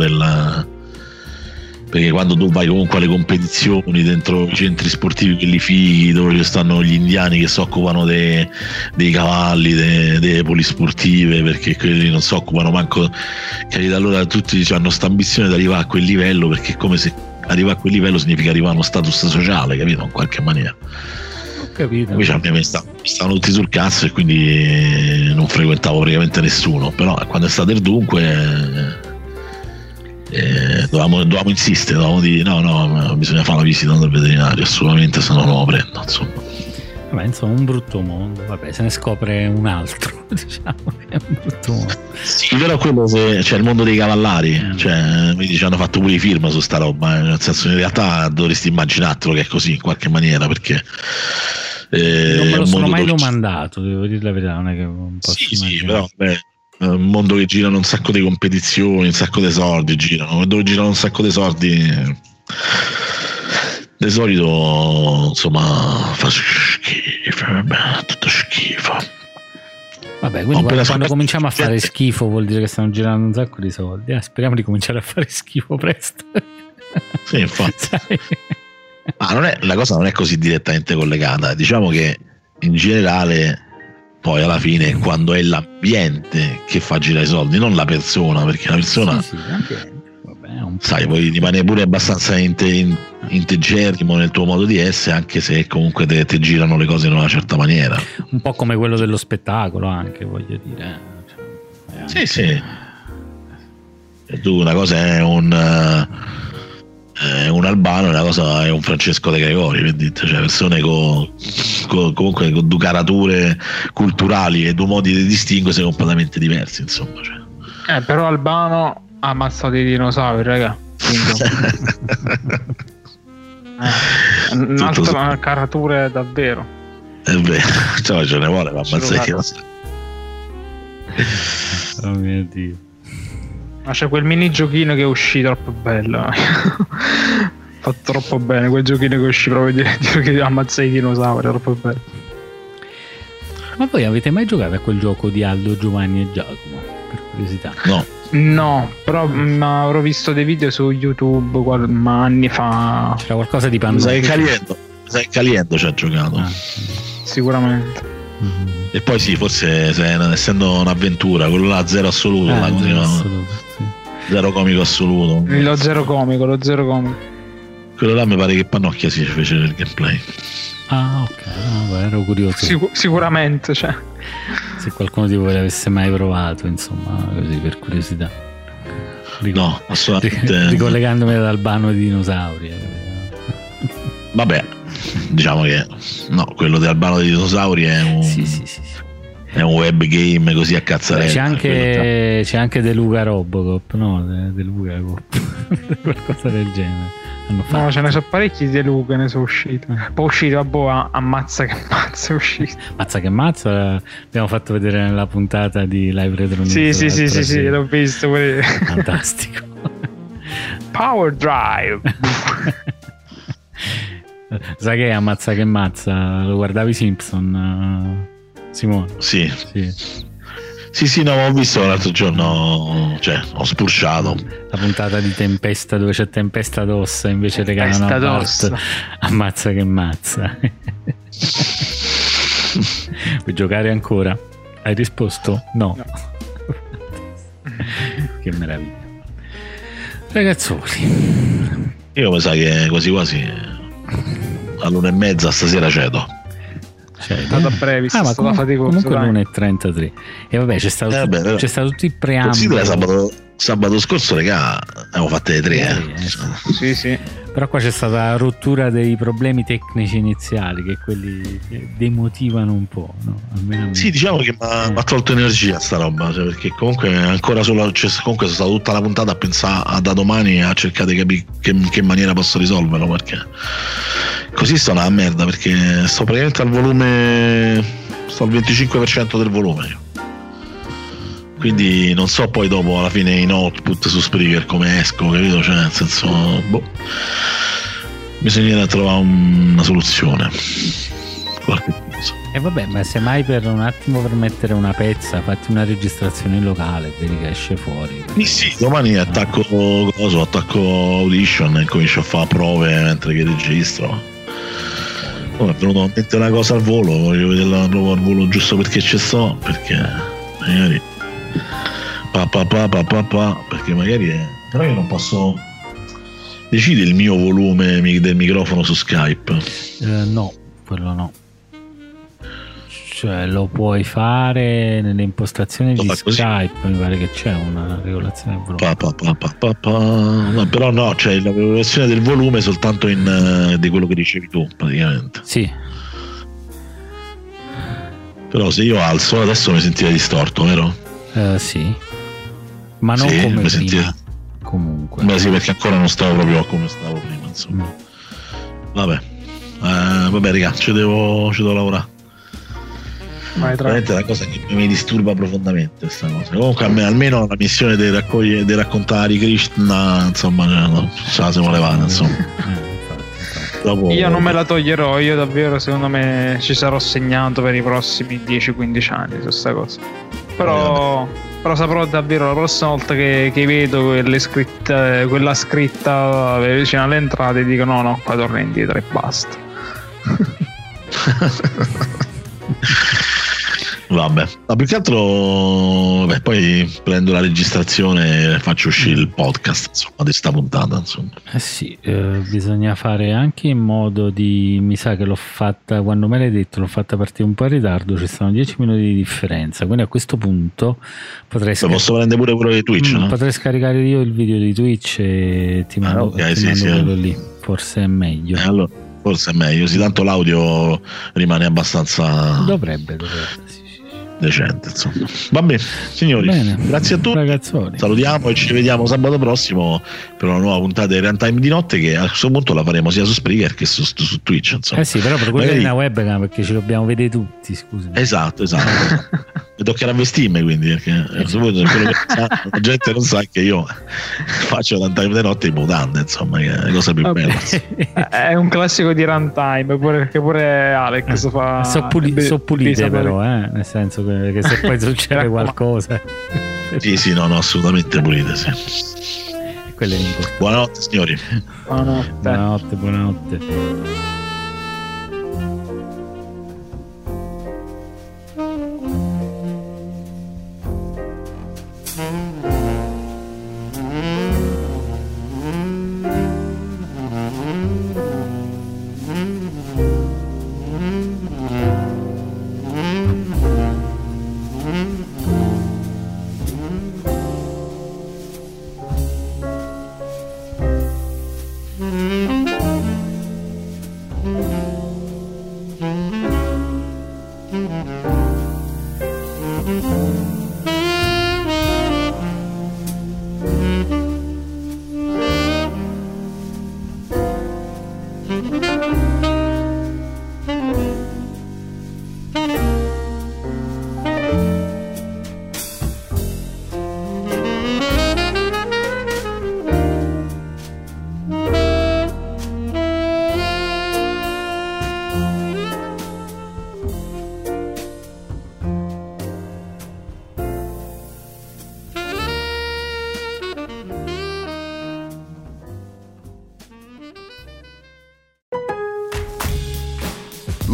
B: perché quando tu vai comunque alle competizioni dentro i centri sportivi, quelli fighi, dove ci stanno gli indiani che si occupano dei cavalli, delle polisportive, perché quelli non si occupano manco, capito? Allora tutti hanno questa ambizione di arrivare a quel livello, perché è come se arrivare a quel livello significa arrivare a uno status sociale, capito? In qualche maniera.
D: Ho capito.
B: Invece a me stavano tutti sul cazzo e quindi non frequentavo praticamente nessuno, però quando è stato il dunque dovevamo insistere, dovevamo dire no, bisogna fare la visita del veterinario assolutamente, se no non lo prendo, insomma.
D: Vabbè, insomma, un brutto mondo, vabbè, se ne scopre un altro, diciamo che è un brutto mondo.
B: Sì, però quello c'è il mondo dei cavallari, cioè vedi, ci hanno fatto pure i film su sta roba, nel senso, in realtà dovresti immaginartelo che è così in qualche maniera, perché
D: non me lo sono mai domandato, devo dire la verità, non è che un po'.
B: Sì, però vabbè, un mondo che girano un sacco di competizioni, un sacco di soldi girano, dove girano un sacco di soldi, di solito, insomma, fa schifo, vabbè, tutto schifo.
D: Vabbè, quindi quando cominciamo a fare schifo vuol dire che stanno girando un sacco di soldi. Speriamo di cominciare a fare schifo presto.
B: Sì, infatti. Ma la cosa non è così direttamente collegata, diciamo che in generale poi alla fine quando è l'ambiente che fa girare i soldi, non la persona, perché la persona sai, poi rimane pure abbastanza integerrimo nel tuo modo di essere, anche se comunque te girano le cose in una certa maniera,
D: un po' come quello dello spettacolo, anche, voglio dire,
B: cioè, sì. E tu, una cosa è un Albano, una cosa è un Francesco De Gregori, per dire, cioè persone comunque con due carature culturali e due modi di distinguersi completamente diversi, insomma, cioè.
E: Però Albano ha ammazzato i dinosauri, raga. Un'altra caratura davvero.
B: È vero, cioè, ce ne vuole, ma ammazzare i dinosauri.
D: Oh mio Dio.
E: Ma c'è quel mini giochino che è uscito, troppo bello. Fatto troppo bene quel giochino che è uscito, proprio che ammazza i dinosauri, troppo bello.
D: Ma voi avete mai giocato a quel gioco di Aldo, Giovanni e Giacomo? Per curiosità.
E: No, però avrò visto dei video su YouTube anni fa.
D: C'era qualcosa di Pandora.
B: Sai Caliendo ci ha giocato.
E: Sicuramente.
B: Mm-hmm. E poi sì, forse essendo un'avventura, quello là zero assoluto, là, così, assoluto, sì. Zero comico assoluto.
E: Lo zero comico.
B: Quello là mi pare che Pannocchia si fece nel gameplay.
D: Ah, ok, no, ero curioso.
E: Sicuramente, cioè.
D: Se qualcuno di voi l'avesse mai provato, insomma, così per curiosità.
B: No, assolutamente.
D: Ricollegandomi ad Albano di dinosauri.
B: Vabbè, diciamo che no, quello di Albano dei dinosauri è un è un web game così a cazzarella.
D: C'è anche De Luca Robocop, no? De Luca qualcosa del genere.
E: No, ce ne sono parecchi di De Luca, ne sono usciti. Poi uscito ammazza che mazza è uscito.
D: Mazza che mazza, abbiamo fatto vedere nella puntata di Live Retro
E: News. Sì, l'ho visto pure.
D: Fantastico.
E: Power Drive.
D: Sai che ammazza che mazza? Lo guardavi Simpson, Simone?
B: Sì, no, ho visto l'altro giorno, cioè ho spulciato
D: la puntata di Tempesta dove c'è Tempesta d'ossa, invece regalano a Bart ammazza che mazza. Vuoi giocare ancora? Hai risposto? No. Che meraviglia, ragazzoli.
B: Io mi sa che quasi all'1:30 stasera cedo.
E: Stata brevi,
D: ma comunque l'1:33. E vabbè, c'è stato tutto il preambolo.
B: Sabato scorso, regà, abbiamo fatte le 3.
E: Sì.
D: Però qua c'è stata la rottura dei problemi tecnici iniziali, che quelli demotivano un po', no? Almeno
B: sì, diciamo che mi ha tolto energia sta roba, cioè, perché comunque ancora comunque sono stata tutta la puntata a pensare da domani a cercare di capire in che maniera posso risolverlo, perché così sta una merda, perché sto praticamente al volume, sto al 25% del volume io. Quindi non so poi dopo alla fine in output su Spreaker come esco, capito? Cioè nel senso, bisognerà trovare una soluzione, qualche cosa.
D: E vabbè, ma se mai per un attimo per mettere una pezza, fatti una registrazione locale, vedi che esce fuori.
B: Sì, domani attacco Audition e comincio a fare prove mentre che registro. È venuto in mente una cosa al volo, voglio vederla proprio al volo giusto perché ci sto, perché magari perché magari però io non posso decidere il mio volume del microfono su Skype.
D: No, quello no. Cioè lo puoi fare nelle impostazioni di Skype, mi pare che c'è una regolazione del volume.
B: No, però no, c'è la regolazione del volume soltanto di quello che dicevi tu praticamente.
D: Sì.
B: Però se io alzo adesso mi sentite distorto, vero?
D: Sì. Ma non come prima. Comunque.
B: Beh sì, perché ancora non stavo proprio come stavo prima, insomma. Vabbè, raga, ci devo lavorare. Veramente è una cosa che mi disturba profondamente questa cosa. Comunque almeno la missione di raccontare Krishna, insomma, ce la siamo levata, insomma.
E: Dopo, io non me la toglierò, io davvero secondo me ci sarò segnato per i prossimi 10-15 anni su questa cosa. Però saprò davvero la prossima volta che vedo quella scritta vicino alle entrate, dico no, qua torno indietro e basta.
B: Vabbè, ma più che altro poi prendo la registrazione e faccio uscire il podcast, insomma, di sta puntata, insomma.
D: Sì, bisogna fare anche in modo di, mi sa che l'ho fatta, quando me l'hai detto l'ho fatta partire un po' in ritardo, ci stanno 10 minuti di differenza, quindi a questo punto potrei
B: posso prendere pure quello di Twitch, no?
D: Potrei scaricare io il video di Twitch e ti mando, quello lì, forse è meglio.
B: Allora, forse è meglio, sì, tanto l'audio rimane abbastanza
D: dovrebbe sì.
B: Decente, insomma. Va bene, signori.
D: Bene.
B: Grazie a tutti.
D: Ragazzoni.
B: Salutiamo e ci vediamo sabato prossimo per una nuova puntata di Runtime di notte, che a questo punto la faremo sia su Spreaker che su Twitch, insomma.
D: Sì, però per quello è una webcam, perché ci dobbiamo vedere tutti, scusa.
B: Esatto. Mi toccherà vestirmi, quindi, perché la gente non sa che io faccio Runtime di notte in mutande, insomma, che è la cosa più bella.
E: È un classico di Runtime, perché pure Alex fa.
D: So pulite però, nel senso che se poi succede qualcosa.
B: Sì, no, assolutamente pulite, sì.
D: Quello è importante.
B: Buonanotte, signori.
D: Buonanotte.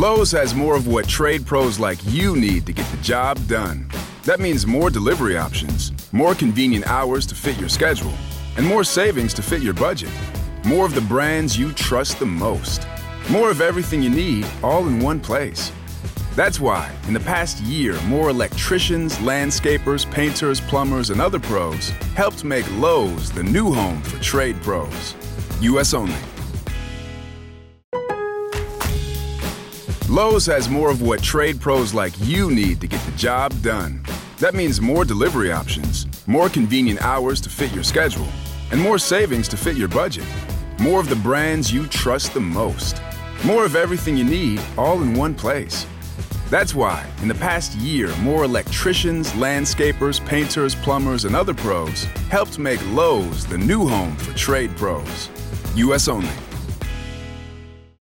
A: Lowe's has more of what trade pros like you need to get the job done. That means more delivery options, more convenient hours to fit your schedule, and more savings to fit your budget. More of the brands you trust the most. More of everything you need, all in one place. That's why, in the past year, more electricians, landscapers, painters, plumbers, and other pros helped make Lowe's the new home for trade pros. U.S. only. Lowe's has more of what trade pros like you need to get the job done. That means more delivery options, more convenient hours to fit your schedule, and more savings to fit your budget. More of the brands you trust the most. More of everything you need, all in one place. That's why, in the past year, more electricians, landscapers, painters, plumbers, and other pros helped make Lowe's the new home for trade pros. U.S. only.